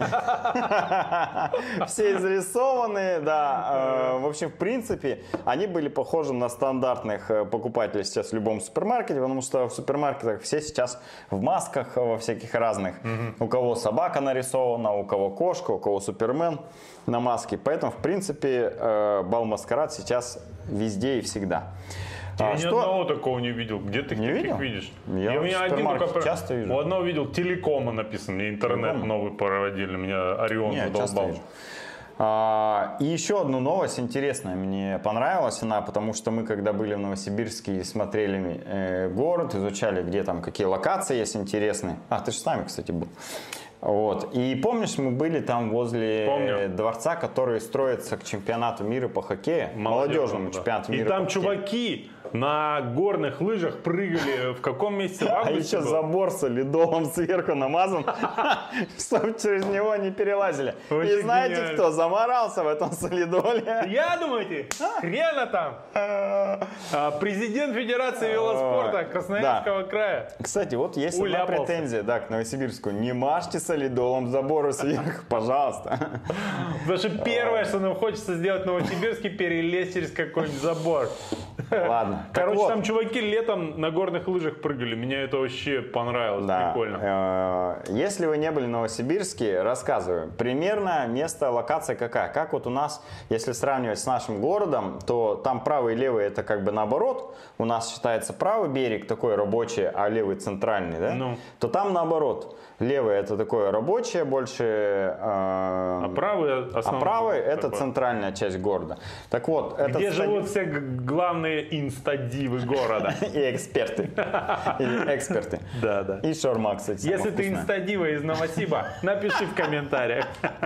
S2: Все изрисованы, да. В общем, в принципе, они были похожи на стандартных покупателей сейчас в любом супермаркете, потому что в супермаркетах все сейчас в масках во всяких разных. У кого собака нарисована, у кого кошка, у кого Супермен на маске. Поэтому, в принципе, бал-маскарад сейчас везде и всегда.
S1: Я
S2: а,
S1: ни
S2: что?
S1: одного такого не видел. Где ты
S2: не
S1: таких
S2: видел?
S1: видишь?
S2: Я,
S1: Я у меня один только
S2: часто вижу.
S1: У одного видел телекома написано, мне интернет
S2: Телекома?
S1: новый проводили, меня Орион
S2: Нет,
S1: задолбал.
S2: А, и еще одну новость интересная мне понравилась она, потому что мы когда были в Новосибирске и смотрели э, город, изучали, где там какие локации есть интересные. А, ты же с нами, кстати, был. Вот. И помнишь, мы были там возле
S1: Помню.
S2: дворца, который строится к чемпионату мира по хоккею, молодежному
S1: да.
S2: чемпионату
S1: И
S2: мира
S1: там
S2: по хоккею.
S1: чуваки на горных лыжах прыгали в каком месте? В
S2: А
S1: августе
S2: еще
S1: был?
S2: забор солидолом сверху намазан, чтобы через него не перелазили. И
S1: Очень
S2: знаете
S1: гениально.
S2: кто заморался в этом солидоле?
S1: Я, думаете, хрена там? А, Президент Федерации велоспорта Красноярского края.
S2: Кстати, вот есть одна
S1: Уляпался.
S2: претензия, да, к Новосибирску. Не мажьте солидолом заборы сверху, пожалуйста.
S1: Потому что первое, что нам хочется сделать в Новосибирске, перелезть через какой-нибудь забор.
S2: Ладно. так
S1: Короче,
S2: вот.
S1: там чуваки летом на горных лыжах прыгали. Меня это вообще понравилось.
S2: Да.
S1: Прикольно.
S2: Э, Если вы не были в Новосибирске, рассказываю. Примерно место, локация какая? Как вот у нас, если сравнивать с нашим городом, то там правый и левый это как бы наоборот. У нас считается правый берег такой рабочий, а левый центральный, да?
S1: Ну.
S2: То там наоборот. Левый это такое рабочее больше, э,
S1: А правый
S2: а
S1: основной.
S2: правый это
S1: такой.
S2: центральная часть города. Так вот,
S1: Где
S2: этот
S1: живут все г- главные инстадивы города.
S2: и эксперты. Или эксперты.
S1: Да, да.
S2: И шаурма, кстати, самая
S1: Если ты
S2: вкусная.
S1: инстадива из Новосиба, напиши в комментариях.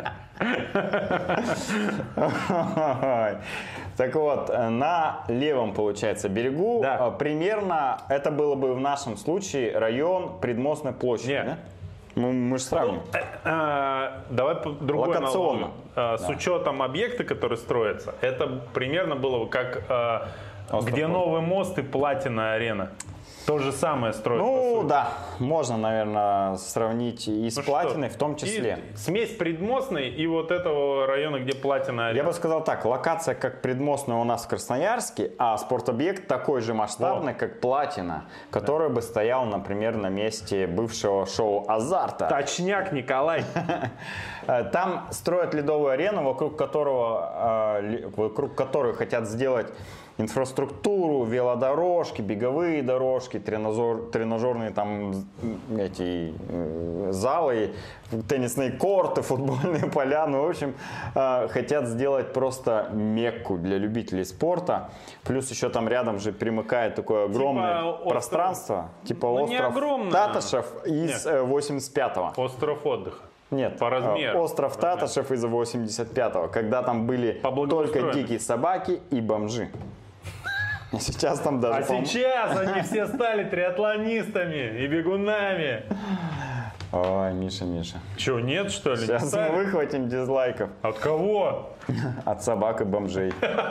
S2: Ой. Так вот, на левом, получается, берегу,
S1: Да.
S2: э, примерно, это было бы в нашем случае район Предмостной площади,
S1: Нет.
S2: да? Мы, мы же сравним.
S1: А, Давай по- другой
S2: Локационно.
S1: аналог. А, С учетом объекта, который строится, это примерно было бы как а,
S2: Остров
S1: где
S2: Платина.
S1: новый мост и Платина арена. То же самое строится. по
S2: Ну
S1: сути.
S2: да, можно, наверное, сравнить и с
S1: Ну
S2: Платиной
S1: что?
S2: в том числе.
S1: И смесь Предмостной и вот этого района, где Платина арена.
S2: Я бы сказал так, локация как Предмостная у нас в Красноярске, а спортобъект такой же масштабный, как Платина, который бы стоял, например, на месте бывшего шоу «Азарта».
S1: Точняк, Николай.
S2: Там строят ледовую арену, вокруг которого, э, ли- вокруг которой хотят сделать инфраструктуру, велодорожки, беговые дорожки, тренажер, тренажерные там м, эти э, залы, теннисные корты, футбольные поля. Ну, в общем, э, хотят сделать просто Мекку для любителей спорта. Плюс еще там рядом же примыкает такое огромное
S1: остров-
S2: пространство, типа
S1: Ну, не
S2: остров
S1: огромное.
S2: Татышев из
S1: Нет.
S2: э, восемьдесят пятого.
S1: Остров отдыха.
S2: Нет,
S1: По размеру.
S2: э, остров Татышев из восемьдесят пятого, когда там были
S1: По
S2: только
S1: благоустроению.
S2: дикие собаки и бомжи. И сейчас там даже...
S1: А
S2: по-моему-
S1: сейчас они все стали триатлонистами и бегунами.
S2: Ой, Миша, Миша.
S1: Че, нет, что ли? Не
S2: Сейчас мы
S1: стали?
S2: выхватим дизлайков
S1: От кого?
S2: от собак и бомжей.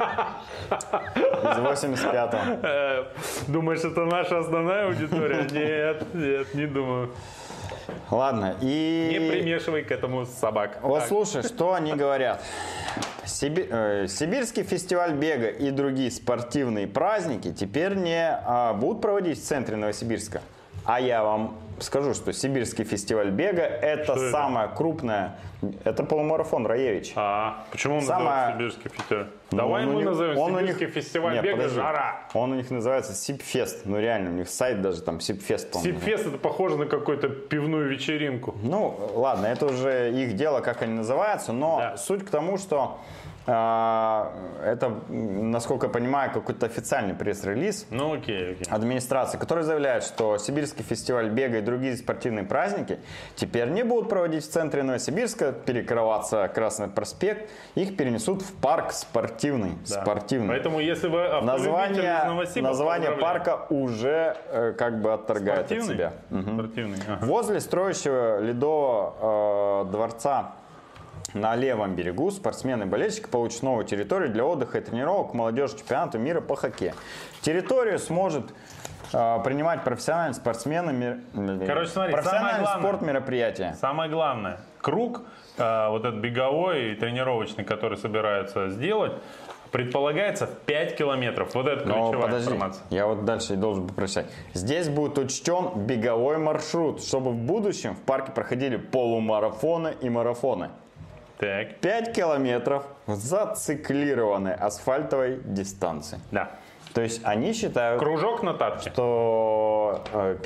S2: Из восемьдесят пятого.
S1: Э, Думаешь, это наша основная аудитория? Нет, нет, не думаю.
S2: Ладно, и...
S1: Не примешивай к этому собак.
S2: Вот
S1: Так.
S2: слушай, что они говорят. Сиби- э, Сибирский фестиваль бега и другие спортивные праздники теперь не а, будут проводить в центре Новосибирска. А я вам скажу, что Сибирский фестиваль бега это
S1: Что это?
S2: самая крупная, это полумарафон Раевич.
S1: А, почему он
S2: Самая-
S1: называется Сибирский фестиваль?
S2: Ну,
S1: Давай
S2: он у
S1: мы
S2: них-
S1: назовем
S2: он у них-
S1: Сибирский фестиваль
S2: Нет,
S1: бега
S2: подожди.
S1: «Жара».
S2: Он у них называется Сибфест. Ну реально, у них сайт даже там Сибфест, по-моему.
S1: Сибфест это похоже на какую-то пивную вечеринку.
S2: Ну, ладно, это уже их дело, как они называются, но
S1: Да.
S2: суть к тому, что э, это, насколько я понимаю, какой-то официальный пресс-релиз
S1: Ну окей, окей.
S2: администрации, который заявляет, что Сибирский фестиваль бега и другие спортивные праздники теперь не будут проводить в центре Новосибирска, перекрываться Красный проспект, их перенесут в парк спортивный.
S1: Да.
S2: спортивный.
S1: Поэтому если вы автолюбитель из
S2: Название,
S1: Новосиба,
S2: название
S1: поздравляю.
S2: парка уже э, как бы отторгает от
S1: Спортивный?
S2: себя.
S1: Спортивный. ага.
S2: Возле строящего ледового э, дворца На левом берегу спортсмены и болельщики получат новую территорию для отдыха и тренировок молодежи чемпионата мира по хоккею. Территорию сможет э, принимать профессиональные спортсмены,
S1: Короче, смотри,
S2: профессиональный спорт мероприятия.
S1: Самое главное, круг, э, вот этот беговой и тренировочный, который собираются сделать, предполагается в пять километров. Вот это ключевая
S2: Но подожди,
S1: информация.
S2: Я вот дальше должен попрощать. Здесь будет учтен беговой маршрут, чтобы в будущем в парке проходили полумарафоны и марафоны.
S1: Так.
S2: пять километров в зациклированной асфальтовой дистанции.
S1: Да.
S2: То есть они считают,
S1: Кружок на татке.
S2: что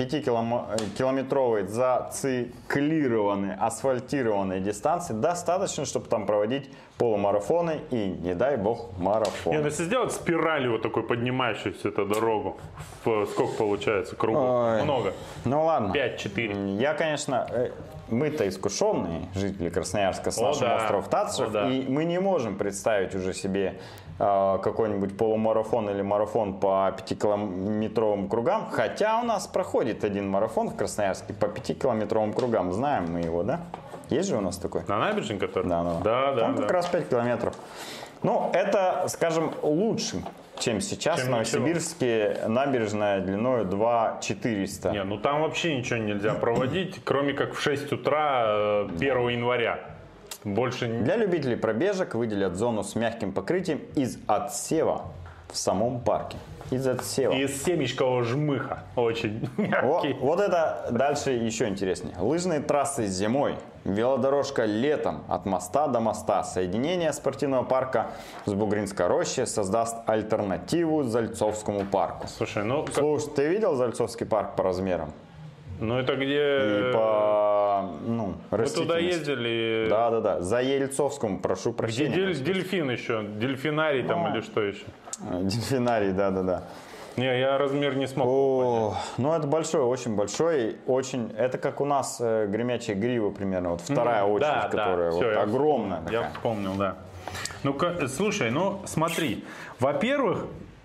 S2: пятикилометровой зациклированной асфальтированной дистанции достаточно, чтобы там проводить полумарафоны и, не дай бог, марафон.
S1: Не, ну если сделать спиралью вот такой поднимающуюся эту дорогу, в, сколько получается кругов?
S2: Ой.
S1: Много.
S2: Ну ладно.
S1: пять-четыре.
S2: Я, конечно, э, мы-то искушенные жители Красноярска с
S1: О,
S2: нашим
S1: да.
S2: островом Татышев,
S1: О, да.
S2: и мы не можем представить уже себе э, какой-нибудь полумарафон или марафон по пятикилометровым кругам, хотя у нас проходит один марафон в Красноярске по пятикилометровым кругам, знаем мы его, да? Есть же у нас такой?
S1: На набережной который?
S2: Да, да.
S1: Да, да,
S2: Там
S1: да.
S2: как раз пять километров. Ну, это, скажем, лучше, чем сейчас
S1: Чем
S2: в Новосибирске набережная длиной два четыреста.
S1: Не, ну там вообще ничего нельзя проводить, кроме как в шесть утра э, первого января. Больше не...
S2: Для любителей пробежек выделят зону с мягким покрытием из отсева в самом парке. Из отсева.
S1: Из семечкового жмыха. Очень
S2: Вот,
S1: мягкий.
S2: вот это дальше еще интереснее. Лыжные трассы зимой, велодорожка летом от моста до моста. Соединение спортивного парка с Бугринской рощей создаст альтернативу Зальцовскому парку.
S1: Слушай, ну, как-
S2: Слушай, ты видел Зальцовский парк по размерам?
S1: ну это где...
S2: И по, ну,
S1: Мы туда
S2: растительности.
S1: ездили.
S2: Да, да, да. За Ельцовскому, прошу
S1: Где
S2: прощения.
S1: дель- дельфин еще? Дельфинарий там
S2: Ну.
S1: или что еще?
S2: Дельфинарий, да, да, да.
S1: Не, я размер не смог.
S2: О, ну это большой, очень большой, очень. Это как у нас э, гремячая грива примерно, вот вторая
S1: Ну,
S2: очередь,
S1: да, да,
S2: которая
S1: всё,
S2: вот
S1: я
S2: огромная
S1: вспомнил, Я
S2: такая.
S1: вспомнил, да. Ну-ка, слушай, ну смотри. Во-первых,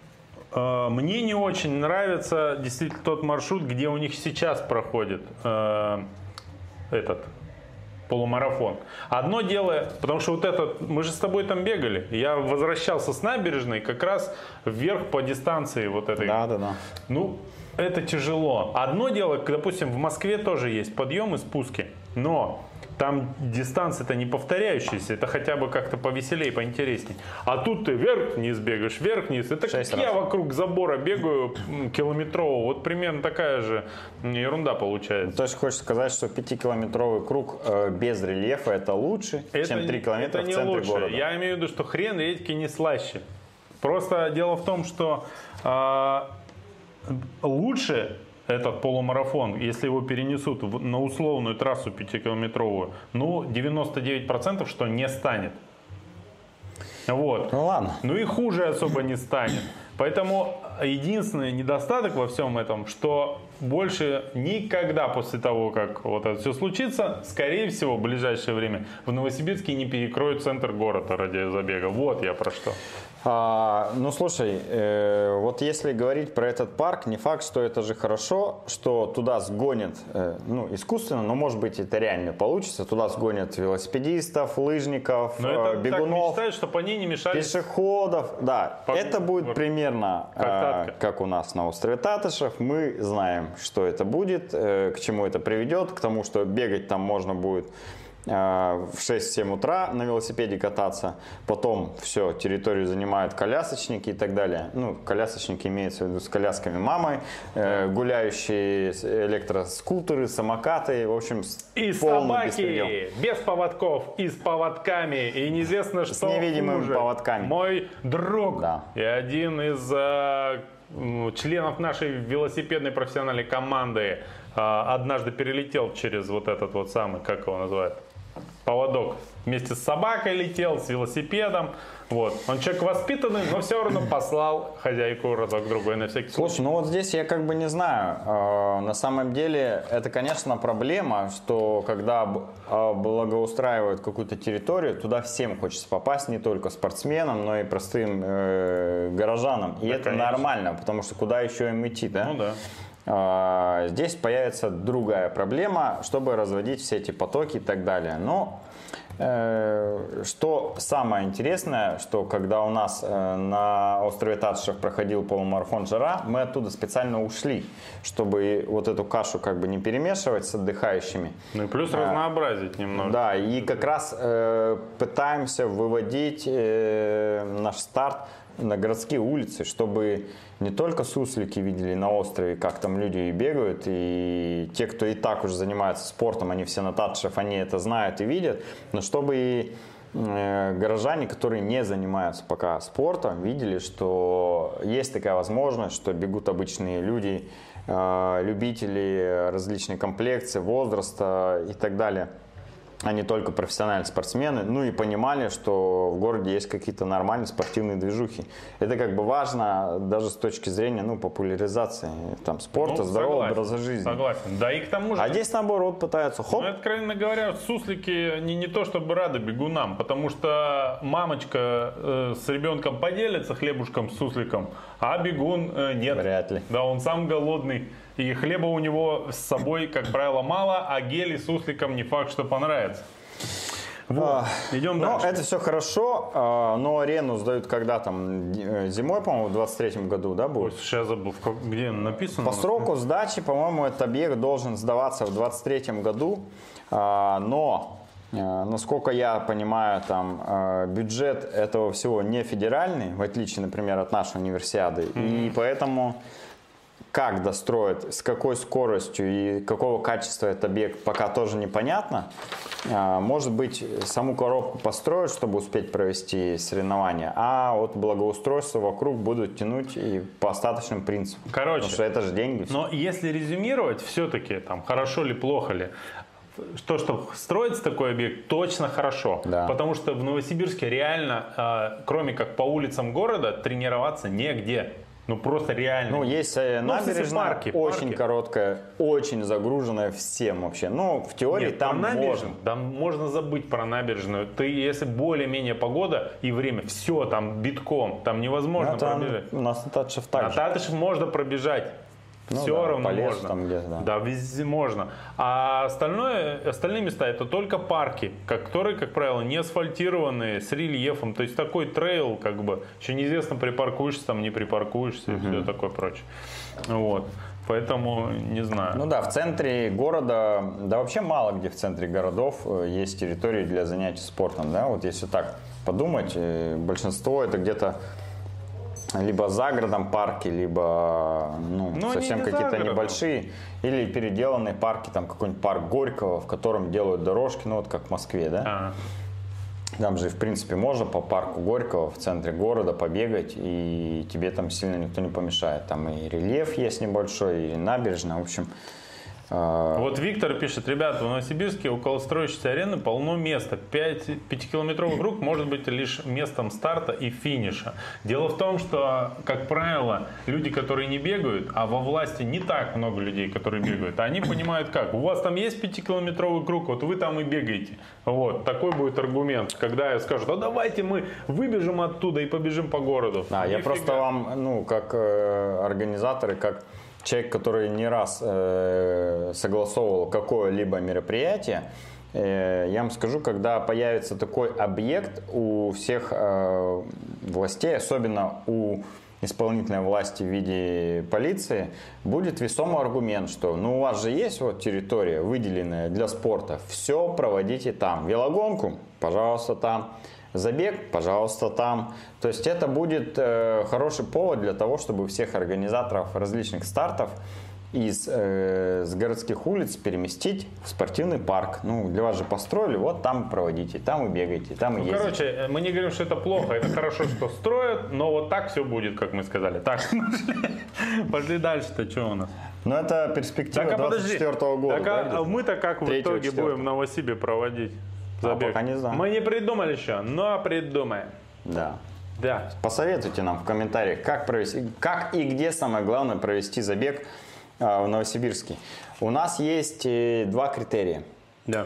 S1: э, мне не очень нравится действительно тот маршрут, где у них сейчас проходит э, этот полумарафон. Одно дело, потому что вот этот, мы же с тобой там бегали, я возвращался с набережной как раз вверх по дистанции вот этой.
S2: Да, да, да.
S1: Ну, это тяжело. Одно дело, допустим, в Москве тоже есть подъемы, спуски, но там дистанция-то не повторяющаяся, это хотя бы как-то повеселее, поинтереснее. А тут ты вверх-вниз бегаешь, вверх-вниз. Это как
S2: Шесть
S1: я
S2: раз.
S1: вокруг забора бегаю м, километрового. Вот примерно такая же м, ерунда получается.
S2: То есть хочешь сказать, что пятикилометровый круг э, без рельефа это лучше, чем три километра
S1: это
S2: в
S1: не
S2: центре
S1: лучше.
S2: города?
S1: Я имею в виду, что хрен редьки не слаще. Просто дело в том, что а, лучше этот полумарафон, если его перенесут в- на условную трассу пятикилометровую, ну, девяносто девять процентов, что не станет. Вот.
S2: Ну ладно.
S1: Ну и хуже особо не станет. Поэтому единственный недостаток во всем этом, что больше никогда после того, как вот это все случится, скорее всего, в ближайшее время в Новосибирске не перекроют центр города ради забега. Вот я про что.
S2: А, ну слушай, э, вот если говорить про этот парк, не факт, что это же хорошо, что туда сгонят, э, ну искусственно, но может быть это реально получится, туда сгонят велосипедистов, лыжников,
S1: Но
S2: э,
S1: это так
S2: бегунов,
S1: мечтают, чтобы они не мешали.
S2: пешеходов. Да,
S1: По-
S2: это будет примерно
S1: Как
S2: э,
S1: Татка.
S2: как у нас на острове Татышев. Мы знаем, что это будет, э, к чему это приведет, к тому, что бегать там можно будет в шесть-семь утра на велосипеде кататься, потом все, территорию занимают колясочники и так далее. Ну, колясочники имеются в виду с колясками мамой, э, гуляющие электроскутеры, самокаты, в общем,
S1: И
S2: полный беспредел.
S1: собаки без поводков, и с поводками, и неизвестно что
S2: невидимыми
S1: хуже.
S2: поводками.
S1: Мой друг
S2: Да.
S1: и один из э, м, членов нашей велосипедной профессиональной команды э, однажды перелетел через вот этот вот самый, как его называют, поводок. Вместе с собакой летел, с велосипедом. Вот. Он человек воспитанный, но все равно послал хозяйку разок другой на всякий случай.
S2: Слушай, ну вот здесь я как бы не знаю. Э, На самом деле это, конечно, проблема, что когда б- э, благоустраивают какую-то территорию, туда всем хочется попасть, не только спортсменам, но и простым э, горожанам. И
S1: Да,
S2: это
S1: конечно.
S2: нормально, потому что куда еще им идти, да?
S1: Ну да.
S2: А, Здесь появится другая проблема, чтобы разводить все эти потоки и так далее. Но Что самое интересное, что когда у нас на острове Татышев проходил полумарафон «Жара», мы оттуда специально ушли, чтобы вот эту кашу как бы не перемешивать с отдыхающими.
S1: Ну и плюс разнообразить немного.
S2: Да, и как раз э, пытаемся выводить э, наш старт на городские улицы, чтобы не только суслики видели на острове, как там люди бегают, и те, кто и так уже занимается спортом, они все на Татышев, они это знают и видят, но чтобы и э, горожане, которые не занимаются пока спортом, видели, что есть такая возможность, что бегут обычные люди, э, любители различной комплекции, возраста и так далее, а не только профессиональные спортсмены, ну и понимали, что в городе есть какие-то нормальные спортивные движухи. Это как бы важно даже с точки зрения, ну, популяризации там, спорта, ну, здорового
S1: согласен,
S2: образа жизни.
S1: Согласен. Да и к тому же...
S2: А здесь, наоборот, пытаются, хоп.
S1: Ну, откровенно говоря, суслики не, не то чтобы рады бегунам, потому что мамочка э, с ребенком поделится хлебушком с сусликом, а бегун э, нет.
S2: Вряд ли.
S1: Да, он сам голодный. И хлеба у него с собой, как правило, мало, а гели с сусликом не факт, что понравится. Вот. А, идем
S2: ну,
S1: дальше.
S2: Это все хорошо, но арену сдают когда там, зимой, по-моему, в двадцать третьем году, да, будет?
S1: Сейчас забыл, где написано.
S2: По сроку сдачи, по-моему, этот объект должен сдаваться в двадцать третьем году, но... Насколько я понимаю, там бюджет этого всего не федеральный, в отличие, например, от нашей универсиады, mm-hmm. и поэтому как достроят, с какой скоростью и какого качества этот объект пока тоже непонятно. Может быть, саму коробку построят, чтобы успеть провести соревнования, а от благоустройства вокруг будут тянуть и по остаточным принципам.
S1: Короче,
S2: потому что это же деньги.
S1: Но если резюмировать, все-таки там хорошо ли, плохо ли, то, что строится такой объект, точно хорошо.
S2: Да.
S1: Потому что в Новосибирске реально, кроме как по улицам города, тренироваться негде. Ну просто реально.
S2: Ну есть набережная,
S1: парки,
S2: очень
S1: парки.
S2: короткая, очень загруженная всем вообще. Ну в теории
S1: Нет,
S2: там можно.
S1: Там можно забыть про набережную. Ты, если более-менее погода и время, все там битком, там невозможно
S2: ну, там,
S1: пробежать.
S2: У нас на Татышев так
S1: На
S2: же.
S1: Татышев можно пробежать.
S2: Ну,
S1: все
S2: да,
S1: равно
S2: по лесу
S1: можно.
S2: Там где-то, да.
S1: да, везде можно. А остальное, остальные места это только парки, которые, как правило, не асфальтированные, с рельефом. То есть такой трейл, как бы, еще неизвестно, припаркуешься там, не припаркуешься, uh-huh. и все такое прочее. Вот. Поэтому не знаю.
S2: Ну да, в центре города, да вообще мало где в центре городов есть территории для занятий спортом. Да? Вот если так подумать, большинство это где-то либо за городом парки, либо ну,
S1: ну,
S2: совсем
S1: не
S2: какие-то небольшие, или переделанные парки, там какой-нибудь парк Горького, в котором делают дорожки, ну вот как в Москве, да?
S1: А.
S2: Там же, в принципе, можно по парку Горького в центре города побегать, и тебе там сильно никто не помешает. Там и рельеф есть небольшой, и набережная, в общем...
S1: Вот Виктор пишет: ребята, в Новосибирске около строящейся арены полно места. пятикилометровый круг может быть лишь местом старта и финиша. Дело в том, что, как правило, люди, которые не бегают, а во власти не так много людей, которые бегают, они понимают как. У вас там есть пятикилометровый круг, вот вы там и бегаете. Вот, такой будет аргумент, когда скажут: а давайте мы выбежим оттуда и побежим по городу.
S2: А, я просто вам, ну, как э, организаторы, как человек, который не раз э, согласовывал какое-либо мероприятие, э, я вам скажу, когда появится такой объект у всех э, властей, особенно у исполнительной власти в виде полиции, будет весомый аргумент, что ну у вас же есть вот территория, выделенная для спорта, все проводите там. Велогонку, пожалуйста, там. Забег, пожалуйста, там. То есть это будет э, хороший повод для того, чтобы всех организаторов различных стартов из э, с городских улиц переместить в спортивный парк. Ну, для вас же построили, вот там проводите, там и бегаете, там и
S1: ну,
S2: ездите.
S1: короче, мы не говорим, что это плохо, это хорошо, что строят, но вот так все будет, как мы сказали. Так, пошли дальше-то, что у нас?
S2: Ну, это перспектива двадцать четвёртого года.
S1: Так, а, а мы-то как в итоге
S2: четвёртого
S1: будем в Новосибе проводить? Забег.
S2: А, пока не знаю.
S1: Мы не придумали еще, но придумаем.
S2: Да.
S1: Да.
S2: Посоветуйте нам в комментариях, как провести, как и где самое главное провести забег э, в Новосибирске. У нас есть э, два критерия.
S1: Да.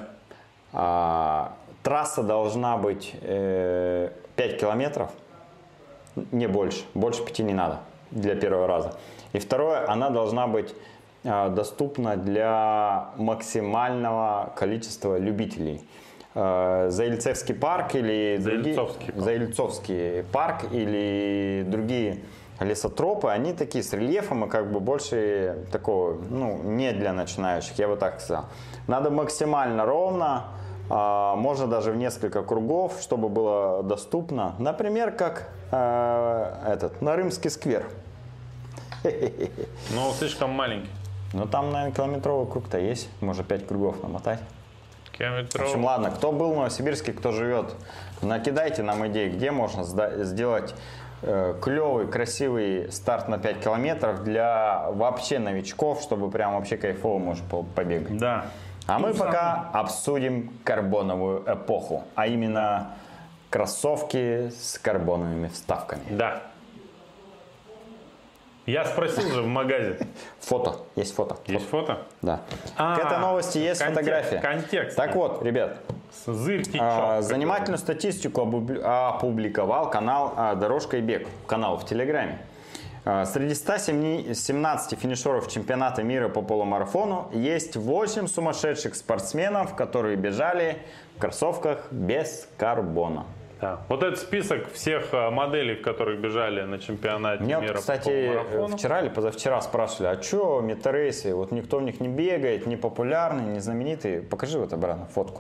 S2: А, трасса должна быть э, пять километров, не больше, больше пяти не надо для первого раза. И второе, она должна быть э, доступна для максимального количества любителей. э, Заильцевский парк или другие,
S1: Заильцовский парк.
S2: Заильцовский парк или другие лесотропы, они такие с рельефом и как бы больше такого, ну, не для начинающих, я бы так сказал. Надо максимально ровно, а, можно даже в несколько кругов, чтобы было доступно. Например, как э, этот, Нарымский сквер.
S1: Ну, слишком маленький.
S2: Ну, там, наверное, километровый круг-то есть, можно пять кругов намотать. В
S1: Километровый.
S2: общем, ладно, кто был в Новосибирске, кто живет, накидайте нам идеи, где можно сделать клевый, красивый старт на пять километров для вообще новичков, чтобы прям вообще кайфово можно побегать.
S1: Да.
S2: А мы пока обсудим карбоновую эпоху, а именно кроссовки с карбоновыми вставками.
S1: Да. Я спросил же в магазе.
S2: Фото, есть фото.
S1: Есть фото?
S2: Да.
S1: А,
S2: К этой новости есть
S1: контекст,
S2: фотография.
S1: контекст.
S2: Так вот, ребят,
S1: Зырь течет.
S2: А, занимательную статистику опубликовал канал «Дорожка и бег», канал в Телеграме. А, среди ста семнадцати финишеров чемпионата мира по полумарафону есть восемь сумасшедших спортсменов, которые бежали в кроссовках без карбона.
S1: Да. Вот этот список всех моделей, которые бежали на чемпионате
S2: Мне,
S1: мира
S2: кстати,
S1: по полумарафону.
S2: вчера или позавчера спрашивали, а что метарейсы, вот никто в них не бегает, не популярный, не знаменитый, покажи вот обратно фотку.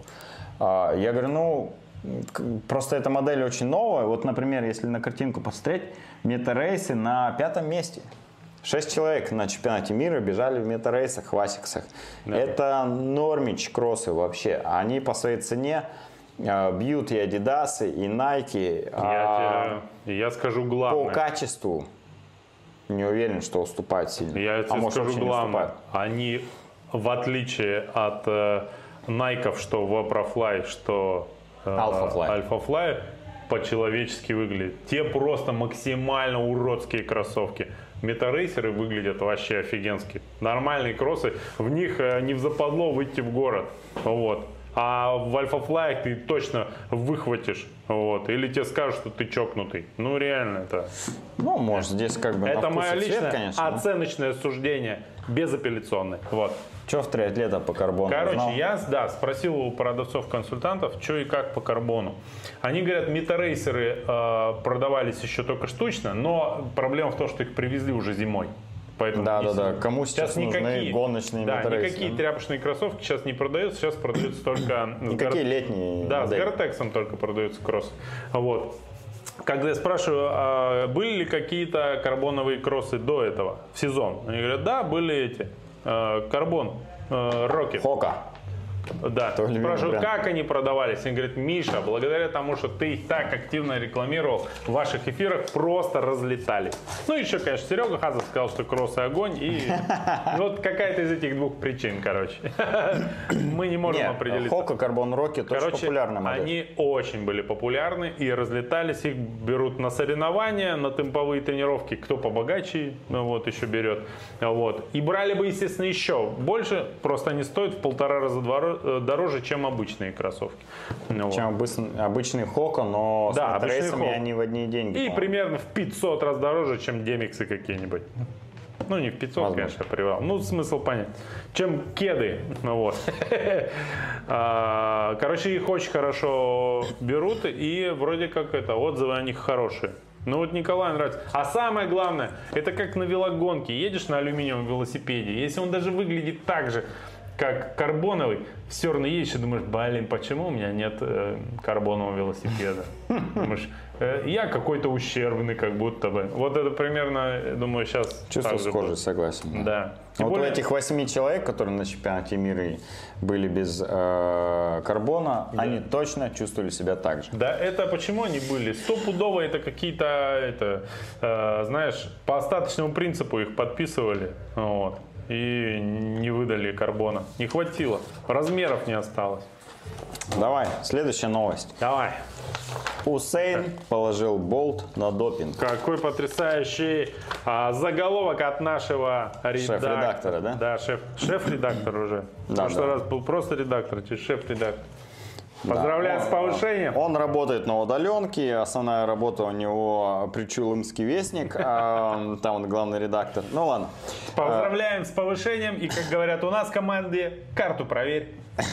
S2: Я говорю, ну, просто эта модель очень новая. Вот, например, если на картинку посмотреть, метарейсы на пятом месте. Шесть человек на чемпионате мира бежали в метарейсах, в асиксах. Да. Это нормич кроссы вообще. Они по своей цене бьют и Адидасы, и Найки.
S1: Я,
S2: а
S1: тебе, я скажу главное.
S2: По качеству не уверен, что уступают сильно.
S1: Я тебе
S2: а может,
S1: скажу главное. Они, в отличие от э, Найков, что Vaporfly, что э,
S2: Alphafly.
S1: Alphafly, по-человечески выглядят. Те просто максимально уродские кроссовки. Метарейсеры выглядят вообще офигенски. Нормальные кроссы, в них э, не в западло выйти в город. Вот. А в Alphafly ты точно выхватишь. Вот. Или тебе скажут, что ты чокнутый. Ну реально это.
S2: Ну, может, здесь как бы
S1: это
S2: на
S1: мое
S2: вкус и
S1: личное
S2: цвет, конечно.
S1: оценочное суждение. Безапелляционное. Вот.
S2: Что в триатлета по карбону?
S1: Короче,
S2: узнал?
S1: я да, спросил у продавцов-консультантов, что и как по карбону. Они говорят, метарейсеры э, продавались еще только штучно, но проблема в том, что их привезли уже зимой. Поэтому
S2: да, да,
S1: если...
S2: да. Кому сейчас, сейчас нужны никакие, гоночные
S1: да,
S2: метарейсы?
S1: Никакие да? тряпочные кроссовки сейчас не продаются, сейчас продаются только...
S2: Никакие гор... летние
S1: Да,
S2: модели.
S1: с Гортексом только продаются кроссы. Вот. Когда я спрашиваю, а были ли какие-то карбоновые кроссы до этого, в сезон? Они говорят, да, были эти. Карбон, Рокет.
S2: Хока.
S1: Да. Спрашиваю, как они продавались? Они говорят, Миша, благодаря тому, что ты их так активно рекламировал, в ваших эфирах просто разлетались. Ну, еще, конечно, Серега Хазов сказал, что кроссы огонь. И вот какая-то из этих двух причин, короче. Мы не можем определиться.
S2: Хока, Карбон, Рокет очень популярная модель.
S1: Они очень были популярны и разлетались. Их берут на соревнования, на темповые тренировки. Кто побогаче, ну, вот, еще берет. Вот. И брали бы, естественно, еще больше. Просто они стоят в полтора раза дороже. Дороже, чем обычные кроссовки.
S2: Ну, чем вот. обычный Хока, но
S1: да,
S2: с трейсами они в одни деньги.
S1: И примерно в пятьсот раз дороже, чем демиксы какие-нибудь. Ну, не в пятьсот, возможно. Конечно, привал. Ну, смысл понять. Чем кеды. Ну, вот. Короче, их очень хорошо берут, и вроде как это, отзывы о них хорошие. Ну вот Николаю нравится. А самое главное, это как на велогонке. Едешь на алюминиевом велосипеде, если он даже выглядит так же, как карбоновый, все равно едешь и думаешь, блин, почему у меня нет э, карбонового велосипеда? Думаешь, э, я какой-то ущербный, как будто бы. Вот это примерно, думаю, сейчас...
S2: Чувство схожее, согласен.
S1: Да.
S2: Вот более... у этих восьми человек, которые на чемпионате мира были без э, карбона, да. они точно чувствовали себя так же.
S1: Да, это почему они были? Стопудово это какие-то, это, э, знаешь, по остаточному принципу их подписывали. Вот. И не выдали карбона. Не хватило. Размеров не осталось.
S2: Давай, следующая новость.
S1: Давай.
S2: Усейн положил болт на допинг.
S1: Какой потрясающий а, заголовок от нашего редактора.
S2: Шеф-редактора, да?
S1: Да, шеф, шеф-редактор уже.
S2: Да,
S1: В прошлый
S2: да.
S1: раз был просто редактор, теперь шеф-редактор. Поздравляю
S2: Да.
S1: с повышением.
S2: Он работает на удаленке, основная работа у него Причулымский вестник, а, там он главный редактор. Ну ладно.
S1: Поздравляем с повышением и, как говорят у нас в команде, карту проверь.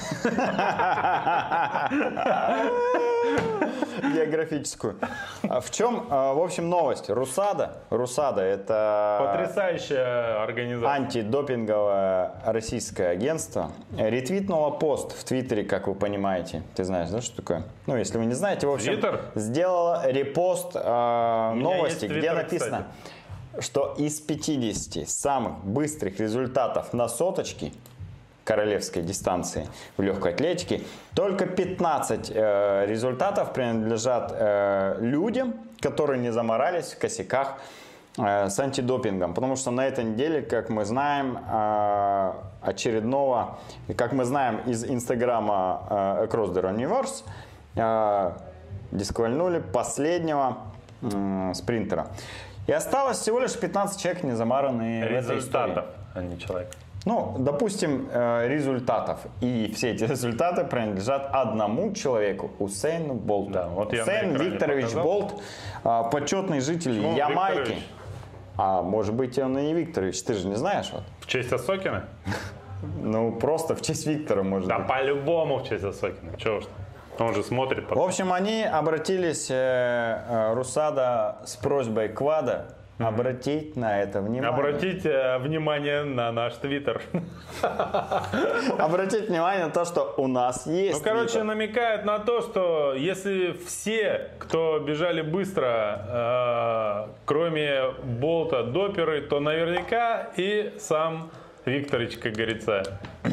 S2: Географическую. А в чем, а, в общем, новость? Русада. Русада — это
S1: Потрясающая организация.
S2: антидопинговое российское агентство. Ретвитнуло пост в Твиттере, как вы понимаете. Ты знаешь, да, что такое? Ну, если вы не знаете, в общем,
S1: Твиттер?
S2: сделала репост а,
S1: У меня
S2: новости,
S1: есть
S2: где
S1: Твиттер,
S2: написано, что из пятидесяти самых быстрых результатов на соточке королевской дистанции в легкой атлетике, только пятнадцать э, результатов принадлежат э, людям, которые не заморались в косяках э, с антидопингом. Потому что на этой неделе, как мы знаем, э, очередного, как мы знаем из инстаграма э, Across the Universe, э, дисквалифицировали последнего э, спринтера. И осталось всего лишь пятнадцать человек, не замаранные в этой истории.
S1: Результатов, а не человек.
S2: Ну, допустим, э, результатов. И все эти результаты принадлежат одному человеку, Усейну Болту.
S1: Да, вот я
S2: Усейн
S1: на экране
S2: Викторович
S1: показал.
S2: Болт, э, почетный житель
S1: Почему
S2: Ямайки.
S1: Викторович?
S2: А может быть, он и не Викторович, ты же не знаешь? Вот.
S1: В честь Осокина?
S2: Ну, просто в честь Виктора, может
S1: Да
S2: быть.
S1: по-любому в честь Осокина. Чего уж. Он же смотрит.
S2: В
S1: Потом.
S2: общем, они обратились, э, э, Русада, с просьбой к ВАДА обратить на это внимание.
S1: Обратите э, внимание на наш твиттер.
S2: Обратить внимание на то, что у нас есть
S1: Ну, короче,
S2: твиттер.
S1: намекает на то, что если все, кто бежали быстро, э, кроме Болта, доперы, то наверняка и сам Викторович, как говорится,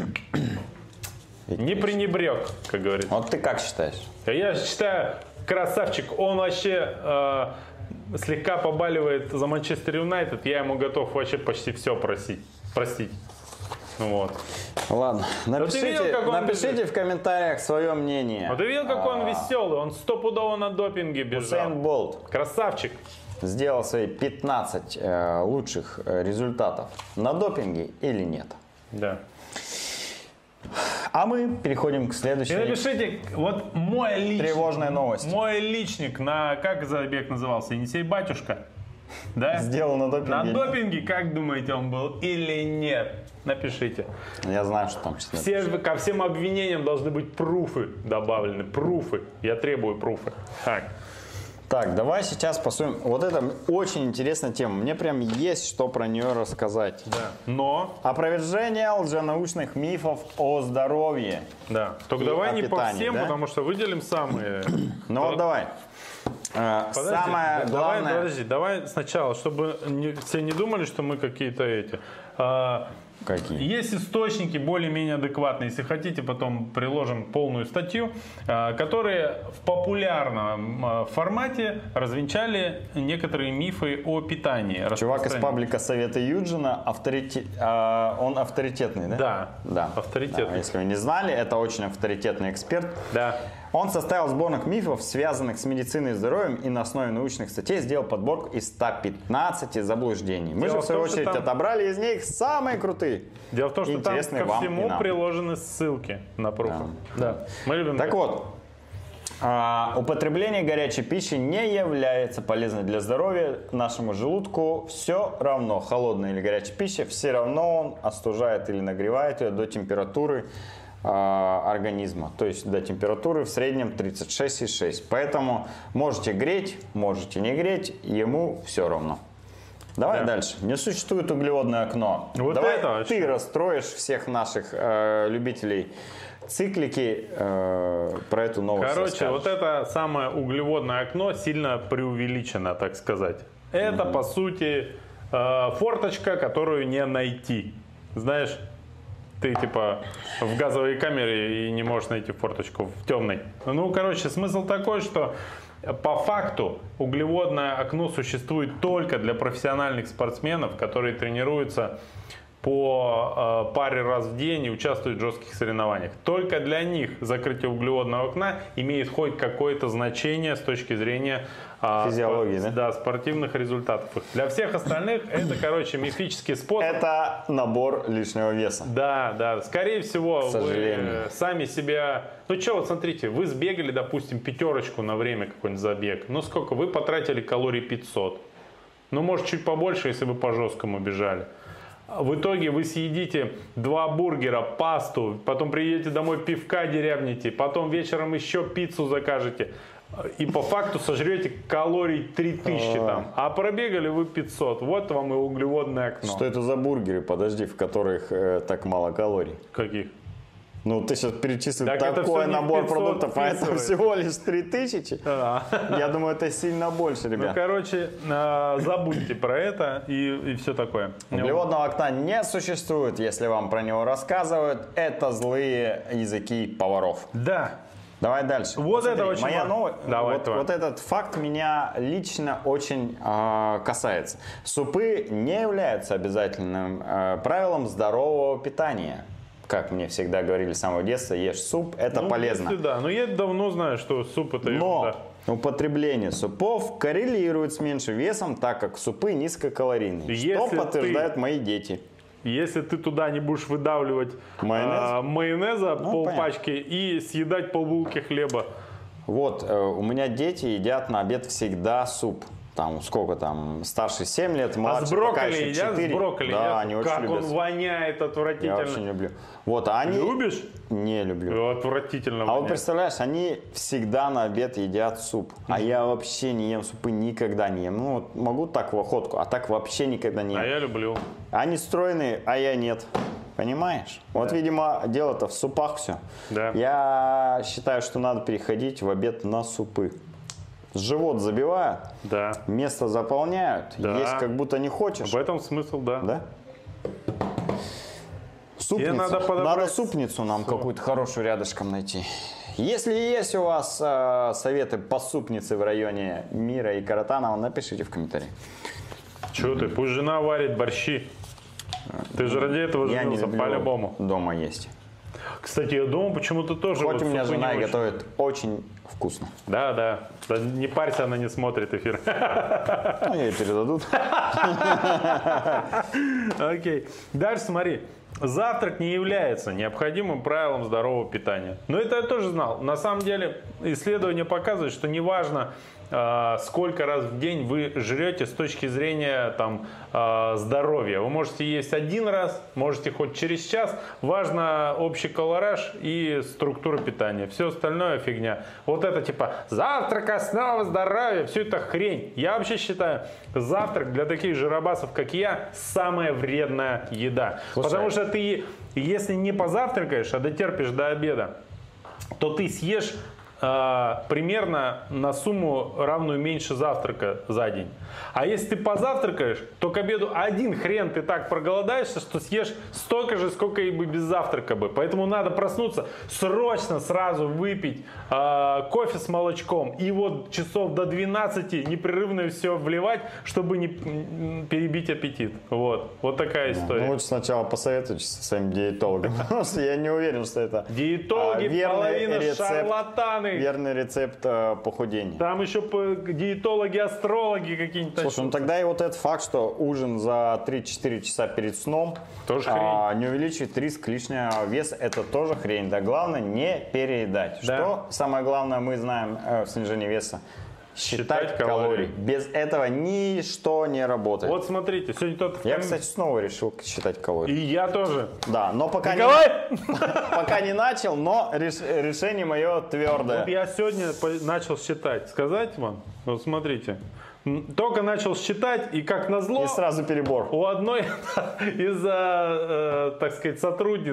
S1: не пренебрег, как говорится.
S2: Вот ты как считаешь?
S1: Я считаю, красавчик, он вообще э, слегка побаливает за Манчестер Юнайтед, я ему готов вообще почти все просить, простить. Ну вот.
S2: Ладно, напишите,
S1: видел, как он
S2: напишите
S1: бежит?
S2: в комментариях свое мнение.
S1: Вот ты видел, как он
S2: А,
S1: веселый, он стопудово на допинге бежал.
S2: Усейн Болт
S1: Красавчик.
S2: сделал свои пятнадцать э, лучших э, результатов на допинге или нет.
S1: Да.
S2: А мы переходим к
S1: И
S2: следующей.
S1: напишите, вот мой личник.
S2: Тревожная новость.
S1: Мой личник на, как забег назывался, Енисей Батюшка? Да?
S2: Сделал на допинге.
S1: На допинге, как думаете, он был или нет? Напишите.
S2: Я знаю, что там число.
S1: Все, ко всем обвинениям должны быть пруфы добавлены. Пруфы. Я требую пруфы. Так.
S2: Так, давай сейчас посмотрим. Вот это очень интересная тема. Мне прям есть что про нее рассказать.
S1: Да. Но,
S2: Опровержение лженаучных мифов о здоровье.
S1: да. Только
S2: И
S1: давай
S2: о
S1: не по
S2: питании,
S1: всем,
S2: да?
S1: потому что выделим самые.
S2: Ну вот давай. Э,
S1: Подожди,
S2: Самое
S1: давай,
S2: главное...
S1: подожди, давай сначала, чтобы не- все не думали, что мы какие-то эти. А,
S2: Какие?
S1: Есть источники более-менее адекватные, если хотите, потом приложим полную статью, а, которые в популярном а, формате развенчали некоторые мифы о питании.
S2: Чувак из
S1: распространении.
S2: паблика Совета Юджина, авторитет, а, он авторитетный, да?
S1: Да,
S2: Да.
S1: авторитетный.
S2: Да, если вы не знали, это очень авторитетный эксперт.
S1: Да.
S2: Он составил сборник мифов, связанных с медициной и здоровьем, и на основе научных статей сделал подборку из ста пятнадцати заблуждений. Мы
S1: Дело
S2: же, в
S1: в
S2: свою
S1: том, что
S2: очередь,
S1: там-
S2: отобрали из них самые крутые.
S1: Дело в том, что там
S2: Интересные
S1: ко
S2: вам и
S1: всему
S2: нам.
S1: приложены ссылки на пруфы. Да. Мы любим
S2: Так вот, а, употребление горячей пищи не является полезной для здоровья. Нашему желудку все равно, холодная или горячая пища, все равно он остужает или нагревает ее до температуры а, организма. То есть до температуры в среднем тридцать шесть и шесть. Поэтому можете греть, можете не греть, ему все равно. Давай
S1: Да.
S2: дальше. Не существует углеводное окно.
S1: Вот
S2: Давай
S1: это вообще.
S2: ты расстроишь всех наших э, любителей циклики э, про эту новость.
S1: Короче,
S2: расскажешь.
S1: вот это самое углеводное окно сильно преувеличено, так сказать. Это, по сути, э, форточка, которую не найти. Знаешь, ты типа в газовой камере и не можешь найти форточку в темной. Ну, короче, смысл такой, что по факту углеводное окно существует только для профессиональных спортсменов, которые тренируются по э, паре раз в день и участвуют в жестких соревнованиях. Только для них закрытие углеводного окна имеет хоть какое-то значение с точки зрения э,
S2: физиологии,
S1: спор-
S2: да?
S1: да, спортивных результатов. Для всех остальных это, короче, мифический способ.
S2: Это набор лишнего веса.
S1: Да, да. Скорее всего,
S2: К сожалению.
S1: вы сами себя... Ну что, вот смотрите, вы сбегали, допустим, пятерочку на время какой-нибудь забег. Ну сколько? Вы потратили калорий пятьсот. Ну, может, чуть побольше, если вы по жесткому бежали. В итоге вы съедите два бургера, пасту, потом приедете домой, пивка дерябнете, потом вечером еще пиццу закажете. И по факту сожрете калорий три тысячи там. А пробегали вы пятьсот. Вот вам и углеводное окно.
S2: Что это за бургеры, подожди, в которых э, так мало калорий?
S1: Каких?
S2: Ну, ты сейчас перечислил
S1: Так это
S2: такой
S1: всё не
S2: набор
S1: пятьсот
S2: продуктов, а это
S1: вписывается.
S2: всего лишь три тысячи.
S1: А.
S2: Я думаю, это сильно больше,
S1: Ну,
S2: ребят.
S1: короче, э, забудьте про это и, и все такое.
S2: Углеводного окна не существует, если вам про него рассказывают. Это злые языки поваров.
S1: Да.
S2: Давай дальше.
S1: Вот
S2: Смотри,
S1: это очень
S2: моя
S1: важно.
S2: новость.
S1: Давай,
S2: вот,
S1: давай.
S2: вот этот факт меня лично очень э, касается. Супы не являются обязательным э, правилом здорового питания. Как мне всегда говорили с самого детства, ешь суп, это
S1: Ну,
S2: полезно.
S1: если да. Но я давно знаю, что суп это
S2: Но
S1: ерунда.
S2: употребление супов коррелирует с меньшим весом, так как супы низкокалорийные.
S1: Если
S2: что
S1: ты-
S2: подтверждают мои дети.
S1: Если ты туда не будешь выдавливать
S2: Майонез?
S1: а, майонеза
S2: Ну,
S1: полпачки и съедать полбулки хлеба.
S2: Вот, э, у меня дети едят на обед всегда суп. Там сколько там, старший семь лет,
S1: А
S2: младший
S1: с
S2: пока
S1: брокколи
S2: еще
S1: едят?
S2: четыре.
S1: С брокколи
S2: Да,
S1: едят?
S2: они очень
S1: Как
S2: любят.
S1: он воняет отвратительно.
S2: Я вообще не люблю. Вот, а они...
S1: Любишь?
S2: Не люблю.
S1: Отвратительно
S2: А вот
S1: воняет.
S2: представляешь, они всегда на обед едят суп. А я вообще не ем супы, никогда не ем. Ну, вот могу так в охотку, а так вообще никогда не ем.
S1: А я люблю.
S2: Они стройные, а я нет. Понимаешь? Вот, видимо, дело-то в супах все.
S1: Да.
S2: Я считаю, что надо переходить в обед на супы. Живот забивают,
S1: Да.
S2: место заполняют,
S1: Да.
S2: есть как будто не хочешь.
S1: В этом смысл, да.
S2: Да? Супницу.
S1: надо
S2: Надо,
S1: подобрать
S2: супницу нам какую-то хорошую рядышком найти. Если есть у вас э, советы по супнице в районе Мира и Каратанова, напишите в комментариях.
S1: Чего ты? Пусть жена варит борщи. Ты же ради этого
S2: Я не
S1: женился,
S2: люблю
S1: по-любому.
S2: дома есть.
S1: Кстати, я дома почему-то тоже.
S2: Хоть
S1: вот
S2: у меня
S1: супы не
S2: жена и
S1: очень.
S2: готовит очень вкусно.
S1: Да, да. Да не парься, она не смотрит эфир.
S2: Ну, ей передадут.
S1: Окей. Дальше смотри. Завтрак не является необходимым правилом здорового питания. Но это я тоже знал. На самом деле исследования показывают, что неважно, э, сколько раз в день вы жрете с точки зрения там, э, здоровья. Вы можете есть один раз, можете хоть через час. Важно общий колораж и структура питания. Все остальное фигня. Вот это типа завтрак, основа здоровья. Все это хрень. Я вообще считаю, завтрак для таких жиробасов, как я, самая вредная еда.
S2: Слушай,
S1: Потому что ты, если не позавтракаешь, а дотерпишь до обеда, то ты съешь э, примерно на сумму, равную меньше завтрака за день. А если ты позавтракаешь, то к обеду один хрен ты так проголодаешься, что съешь столько же, сколько и бы без завтрака бы. Поэтому надо проснуться, срочно сразу выпить э, кофе с молочком и вот часов до двенадцати непрерывно все вливать, чтобы не м, перебить аппетит. Вот, вот такая история.
S2: Ну, лучше сначала посоветуйтесь со своим диетологом, потому что я не уверен, что это
S1: Диетологи,
S2: а, верный
S1: половина
S2: рецепт,
S1: шарлатаны.
S2: верный рецепт э, похудения.
S1: Там еще по- диетологи, астрологи какие-нибудь.
S2: Слушай, ну тогда и вот этот факт, что ужин за три-четыре часа перед сном
S1: Тоже
S2: а, не увеличивает риск лишнего веса, это тоже хрень. Да, главное не переедать.
S1: Да.
S2: Что самое главное мы знаем э, в снижении веса? Считать,
S1: Считать
S2: калории.
S1: калории.
S2: Без этого ничто не работает.
S1: Вот смотрите, сегодня кто-то... в
S2: Я,
S1: ком-
S2: кстати, снова решил считать
S1: И
S2: калории.
S1: я тоже.
S2: Да, но пока не,
S1: Николай!
S2: пока не начал, но реш- решение мое твердое.
S1: Вот я сегодня по- начал считать. Сказать вам? Вот смотрите. М, Только начал считать, и как назло...
S2: И сразу перебор.
S1: У одной из, э, так сказать, сотрудниц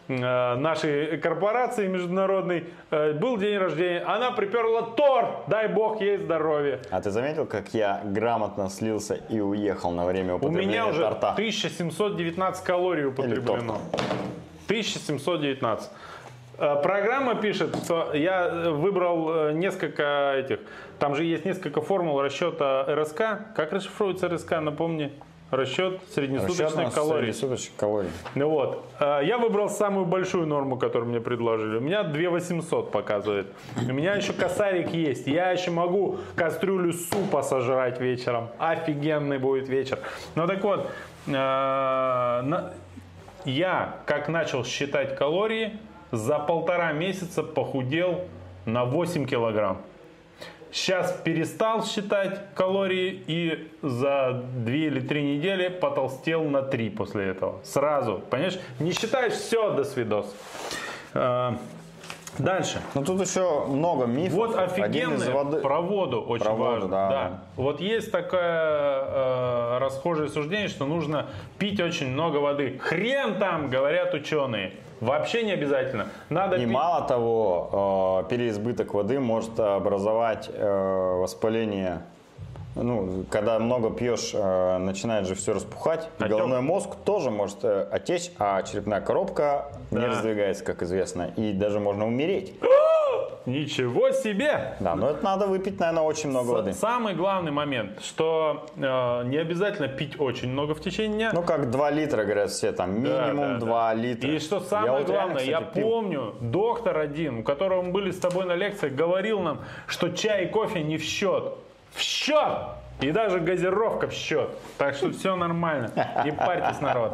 S1: э, нашей корпорации международной э, был день рождения. Она приперла торт. Дай бог ей здоровья.
S2: А ты заметил, как я грамотно слился и уехал на время
S1: У
S2: употребления
S1: меня уже
S2: торта?
S1: тысяча семьсот девятнадцать калорий употреблено. тысяча семьсот девятнадцать. Э, Программа пишет, что я э, выбрал э, несколько этих. Там же есть несколько формул расчета эр эс ка. Как расшифровывается эр эс ка, напомни. расчет среднесуточных
S2: Расчет
S1: калорий.
S2: среднесуточных калорий.
S1: Ну вот, э, я выбрал самую большую норму, которую мне предложили. У меня две тысячи восемьсот показывает. У меня еще косарик есть. Я еще могу кастрюлю супа сожрать вечером. Офигенный будет вечер. Ну так вот, э, на... я как начал считать калории, за полтора месяца похудел на восемь килограмм. Сейчас перестал считать калории и за две или три недели потолстел на три после этого. Сразу, понимаешь? Не считаешь, все, до свидос. А, дальше.
S2: Ну тут еще много мифов.
S1: Вот офигенные
S2: воды...
S1: про воду очень
S2: про воду,
S1: важно.
S2: да.
S1: Да. Вот есть такое э, расхожее суждение, что нужно пить очень много воды. Хрен там, говорят ученые. Вообще не обязательно. Надо
S2: И
S1: пить...
S2: мало того, э, переизбыток воды может образовать э, воспаление. Ну, когда много пьешь, э, начинает же все распухать. И
S1: Отек.
S2: головной мозг тоже может э, отечь, а черепная коробка
S1: Да.
S2: не раздвигается, как известно. И даже можно умереть.
S1: Ничего себе!
S2: Да, но это надо выпить, наверное, очень много воды.
S1: Самый главный момент, что э, не обязательно пить очень много в течение дня.
S2: Ну, как два литра, говорят все, там
S1: Да,
S2: минимум
S1: да,
S2: два
S1: да.
S2: литра.
S1: И что самое
S2: вот реально,
S1: главное, я
S2: кстати, пил.
S1: помню, доктор один, у которого мы были с тобой на лекции, говорил нам, что чай и кофе не в счет. В счет! И даже газировка в счет. Так что все нормально. Не парьтесь, народ.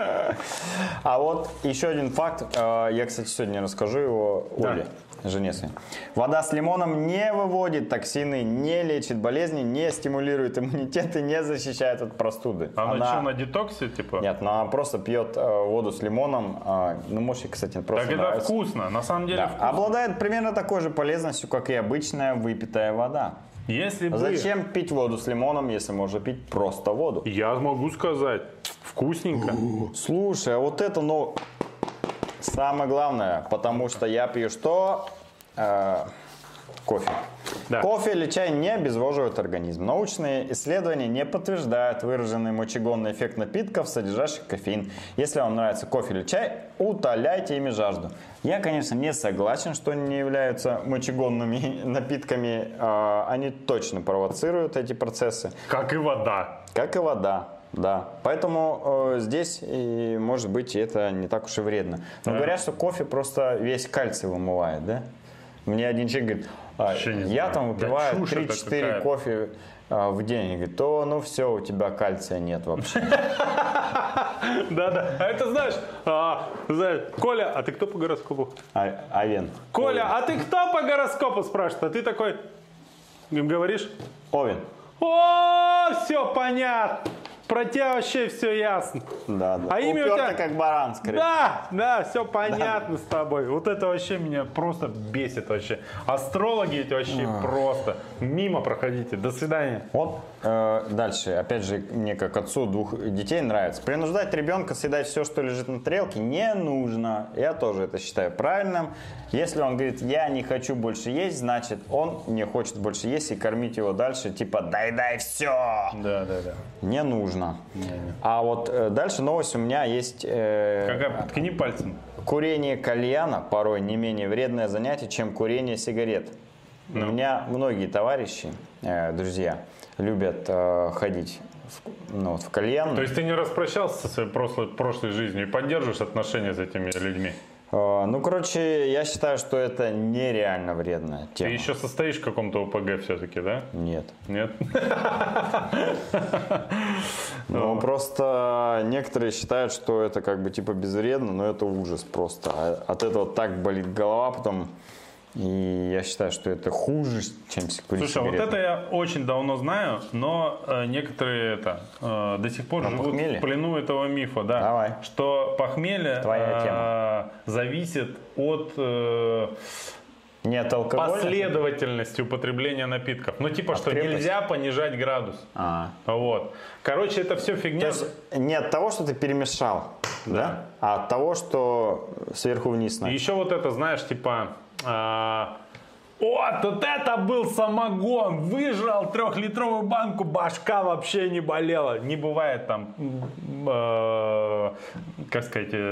S2: А вот еще один факт. э, Я, кстати, сегодня расскажу его Оле, жене своей. Вода с лимоном не выводит токсины, не лечит болезни, не стимулирует иммунитет и не защищает от простуды.
S1: Она, что, на детоксе, типа?
S2: Нет, но она просто пьет э, воду с лимоном. э, ну, может, ей, кстати, просто
S1: Так это
S2: нравится.
S1: вкусно, на самом деле
S2: Да.
S1: вкусно.
S2: Обладает примерно такой же полезностью, как и обычная выпитая вода.
S1: Если бы...
S2: Зачем пить воду с лимоном, если можно пить просто воду?
S1: Я могу сказать, вкусненько.
S2: Слушай, а вот это, ну, самое главное, потому что я пью что? Э, кофе.
S1: Да.
S2: Кофе или чай не обезвоживают организм. Научные исследования не подтверждают выраженный мочегонный эффект напитков, содержащих кофеин. Если вам нравится кофе или чай, утоляйте ими жажду. Я, конечно, не согласен, что они не являются мочегонными напитками. Э, они точно провоцируют эти процессы.
S1: Как и вода.
S2: Как и вода, да. Поэтому э, здесь, и, может быть, это не так уж и вредно. Но
S1: Да.
S2: говорят, что кофе просто весь кальций вымывает, да? Мне один человек говорит, а,
S1: Вообще не
S2: я
S1: знаю.
S2: там
S1: Да
S2: выпиваю
S1: чушь это
S2: три-четыре
S1: какая-то.
S2: кофе а, в день. И говорит, то ну все, у тебя кальция нет вообще.
S1: Да-да. А это знаешь, а, знаешь, Коля, а ты кто по гороскопу?
S2: А- Овен.
S1: Коля, а ты кто по гороскопу, спрашивает? А ты такой им говоришь?
S2: Овен.
S1: О, все понятно. Про тебя вообще все ясно.
S2: Да, да.
S1: А имя у
S2: Упертый,
S1: тебя-
S2: как баран, скорее.
S1: Да, да, все понятно с тобой. Вот это вообще меня просто бесит вообще. Астрологи эти вообще просто. Мимо проходите. До свидания.
S2: Вот э, дальше, опять же, мне как отцу двух детей нравится. Принуждать ребенка съедать все, что лежит на тарелке, не нужно. Я тоже это считаю правильным. Если он говорит, я не хочу больше есть, значит, он не хочет больше есть, и кормить его дальше, типа, дай-дай все.
S1: Да, да, да.
S2: Не нужно. А вот э, дальше новость у меня есть. э,
S1: Какая? Ткни пальцем.
S2: Курение кальяна порой не менее вредное занятие, чем курение сигарет. У меня многие товарищи, э, друзья, любят э, ходить в, ну, вот в кальян.
S1: То есть ты не распрощался со своей прошлой, прошлой жизнью и поддерживаешь отношения с этими людьми?
S2: Э, ну, короче, я считаю, что это нереально вредная
S1: Ты
S2: тема.
S1: еще состоишь в каком-то ОПГ все-таки, да?
S2: Нет.
S1: Нет?
S2: Ну, просто некоторые считают, что это как бы типа безвредно, но это ужас просто. А от этого так болит голова потом. И я считаю, что это хуже, чем курить
S1: Слушай, а вот
S2: сигареты.
S1: это я очень давно знаю, но э, некоторые это э, до сих пор
S2: Про
S1: живут
S2: похмелье?
S1: в плену этого мифа, да.
S2: Давай.
S1: Что похмелье
S2: Твоя
S1: э,
S2: тема.
S1: зависит от э,
S2: Нет алкоголя?
S1: последовательности употребления напитков. Ну, типа,
S2: От
S1: что
S2: крепости?
S1: нельзя понижать градус.
S2: А.
S1: Вот. Короче, это все
S2: То
S1: фигня.
S2: есть не от того, что ты перемешал, да? А от того, что сверху вниз.
S1: И
S2: на-
S1: еще вот это, знаешь, типа... а, вот, вот это был самогон, выжрал трехлитровую банку, башка вообще не болела. Не бывает там, м, э, как сказать, э,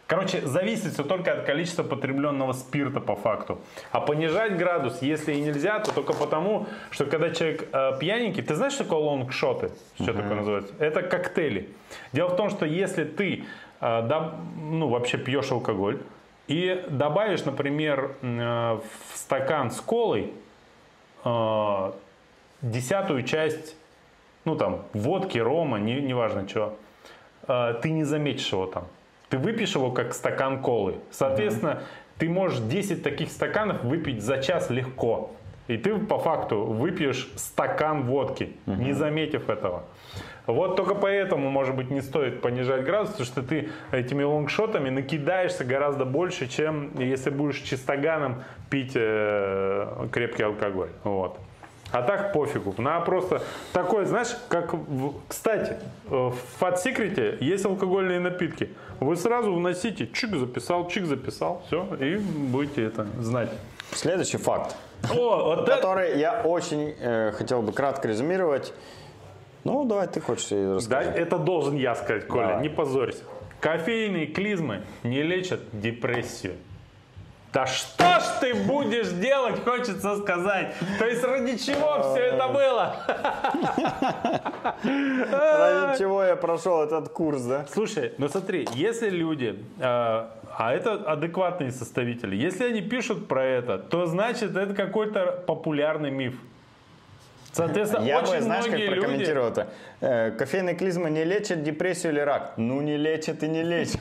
S1: Короче, зависит все только от количества потребленного спирта по факту. А понижать градус, если и нельзя, то только потому, что когда человек э, пьяненький, ты знаешь, что такое лонгшоты? Что uh-huh. такое называется? Это коктейли. Дело в том, что если ты э, да, ну, вообще пьешь алкоголь и добавишь, например, э, в стакан с колой э, десятую часть, ну там, водки, рома, не, неважно чего, э, ты не заметишь его там. Ты выпьешь его как стакан колы. Соответственно, mm-hmm. ты можешь десять таких стаканов выпить за час легко. И ты по факту выпьешь стакан водки, mm-hmm. не заметив этого. Вот только поэтому, может быть, не стоит понижать градус, потому что ты этими лонгшотами накидаешься гораздо больше, чем если будешь чистоганом пить э, крепкий алкоголь. Вот. А так пофигу. Надо просто такой, знаешь, как... В... Кстати, в Fat Secret есть алкогольные напитки. Вы сразу вносите, чик записал, чик записал, все, и будете это знать.
S2: Следующий факт,
S1: О, вот
S2: который
S1: это...
S2: я очень э, хотел бы кратко резюмировать. Ну, давай ты хочешь и расскажи.
S1: Да, это должен я сказать, Коля,
S2: давай.
S1: Не позорься. Кофейные клизмы не лечат депрессию. Да что ж ты будешь делать, хочется сказать. То есть ради чего все это было?
S2: Ради чего я прошел этот курс, да?
S1: Слушай, ну смотри, если люди, э, а это адекватные составители, если они пишут про это, то значит это какой-то популярный миф. Соответственно,
S2: я
S1: очень
S2: бы, знаешь,
S1: многие
S2: как прокомментировал
S1: люди...
S2: это. Э, кофейные клизмы не лечат депрессию или рак. Ну, не лечат и не лечат.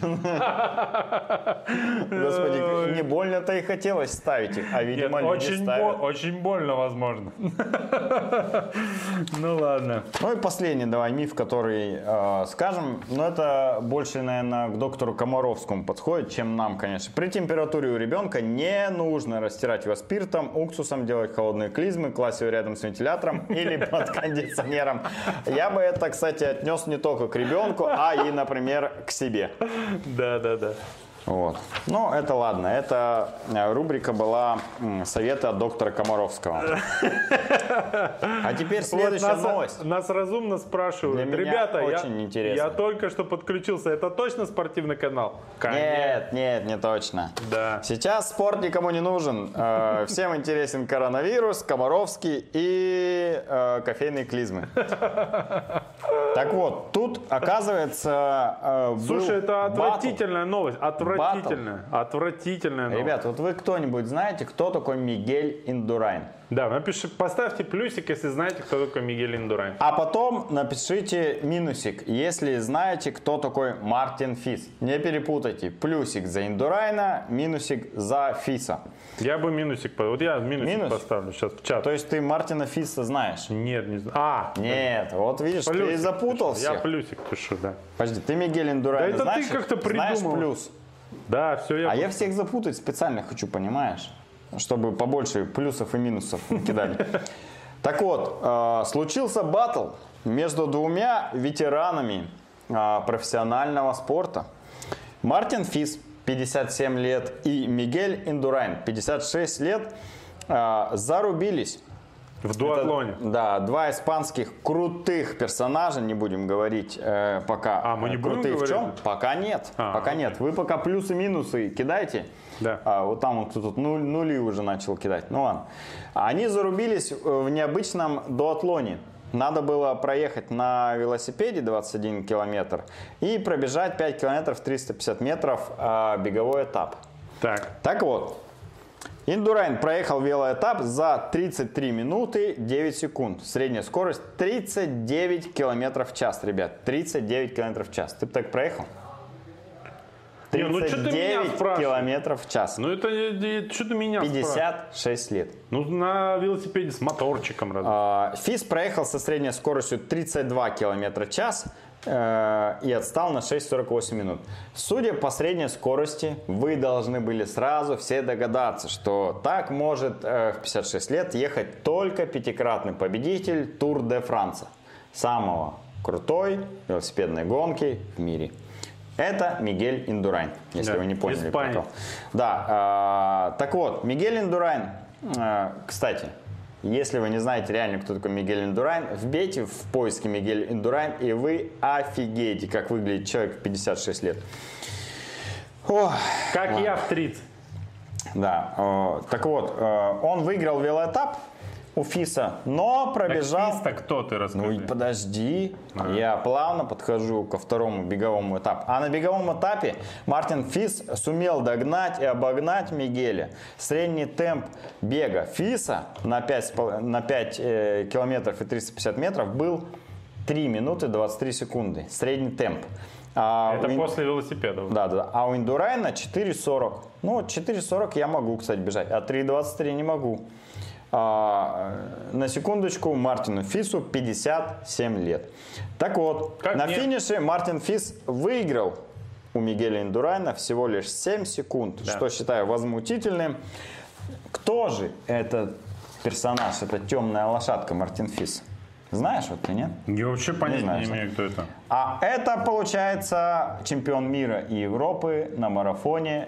S2: Господи, не больно-то и хотелось ставить их, а, видимо, люди ставят.
S1: Очень больно, возможно. Ну, ладно.
S2: Ну и последний, давай, миф, который скажем. Но это больше, наверное, к доктору Комаровскому подходит, чем нам, конечно. При температуре у ребенка не нужно растирать его спиртом, уксусом, делать холодные клизмы, класть его рядом с вентилятором или под кондиционером. Я бы это, кстати, отнес не только к ребенку, а и, например, к себе.
S1: Да, да, да.
S2: Вот. Ну, это ладно. Это рубрика была «Советы от доктора Комаровского». А теперь следующая
S1: вот нас,
S2: новость.
S1: Нас разумно спрашивают.
S2: Для меня
S1: Ребята,
S2: очень
S1: я,
S2: интересно.
S1: я только что подключился. Это точно спортивный канал?
S2: Нет, нет, не точно.
S1: Да.
S2: Сейчас спорт никому не нужен. Э, Всем интересен коронавирус, Комаровский и э, кофейные клизмы. Так вот, тут, оказывается, э, был
S1: Слушай, это отвратительная
S2: батл.
S1: новость. Отвратительная. Батл. Отвратительная новость.
S2: Ребят, вот вы кто-нибудь знаете, кто такой Мигель Индурайн?
S1: Да, напиши, поставьте плюсик, если знаете, кто такой Мигель Индурайн.
S2: А потом напишите минусик, если знаете, кто такой Мартин Фис. Не перепутайте. Плюсик за Индурайна, минусик за Фиса.
S1: Я бы минусик, вот я минусик
S2: Минус?
S1: поставлю сейчас в чат.
S2: То есть ты Мартина Фиса знаешь?
S1: Нет, не знаю. А,
S2: Нет, вот видишь,
S1: плюсик
S2: ты запутался.
S1: пишу. Я плюсик пишу, да.
S2: Подожди, ты Мигель Индурайн
S1: Да это
S2: знаешь?
S1: ты как-то придумал.
S2: Знаешь плюс?
S1: Да, все, я...
S2: А я всех запутать специально хочу, понимаешь? Чтобы побольше плюсов и минусов кидали. Так вот, э, случился баттл между двумя ветеранами э, профессионального спорта. Мартин Фис, пятьдесят семь лет, и Мигель Индурайн, пятьдесят шесть лет, э, зарубились.
S1: В дуатлоне.
S2: Это, да, два испанских крутых персонажа, не будем говорить э, пока.
S1: А, мы не будем
S2: крутые
S1: говорить?
S2: в чем? Пока нет.
S1: А,
S2: пока
S1: окей.
S2: нет. Вы пока плюсы-минусы кидайте.
S1: Да.
S2: А, вот там вот тут нуль, нули уже начал кидать. Ну ладно. Они зарубились в необычном дуатлоне. Надо было проехать на велосипеде двадцать один километр и пробежать пять километров триста пятьдесят метров э, беговой этап.
S1: Так.
S2: Так вот. Индурайн проехал велоэтап за тридцать три минуты девять секунд. Средняя скорость тридцать девять километров в час, ребят. тридцать девять километров в час. Ты бы так проехал? тридцать девять километров в час.
S1: Ну это, это что ты меня
S2: пятьдесят шесть лет.
S1: Ну на велосипеде с моторчиком разве.
S2: А, Фис проехал со средней скоростью тридцать два километра в час э, и отстал на шесть сорок восемь минут. Судя по средней скорости, вы должны были сразу все догадаться, что так может э, в пятьдесят шесть лет ехать только пятикратный победитель Тур де Франса. Самого крутой велосипедной гонки в мире. Это Мигель Индурайн, если
S1: да,
S2: вы не поняли.
S1: Испания.
S2: Да, э, так вот, Мигель Индурайн, э, кстати, если вы не знаете реально, кто такой Мигель Индурайн, вбейте в поиске Мигель Индурайн, и вы офигеете, как выглядит человек в пятьдесят шесть лет. Ох,
S1: Как
S2: ладно.
S1: я в тридцать.
S2: Да, э, так вот, э, он выиграл велоэтап у Фиса, но пробежал...
S1: Так Фис-то кто ты, расскажи?
S2: Ну и подожди, я плавно подхожу ко второму беговому этапу. А на беговом этапе Мартин Фис сумел догнать и обогнать Мигеля. Средний темп бега Фиса на пять, на пять э, километров и триста пятьдесят метров был три минуты двадцать три секунды. Средний темп. А
S1: Это
S2: у...
S1: после велосипедов.
S2: Да, да, а у Индурайна четыре сорок. Ну, четыре сорок я могу, кстати, бежать, а три двадцать три не могу. А, на секундочку, Мартину Фису пятьдесят семь лет. Так вот,
S1: Как
S2: на
S1: мне?
S2: финише Мартин Фис выиграл у Мигеля Индурайна всего лишь семь секунд,
S1: Да.
S2: что считаю возмутительным. Кто же этот персонаж, эта темная лошадка Мартин Фис? Знаешь вот ты, нет?
S1: Я вообще понятия не,
S2: знаешь,
S1: имею, кто это.
S2: А это, получается, чемпион мира и Европы на марафоне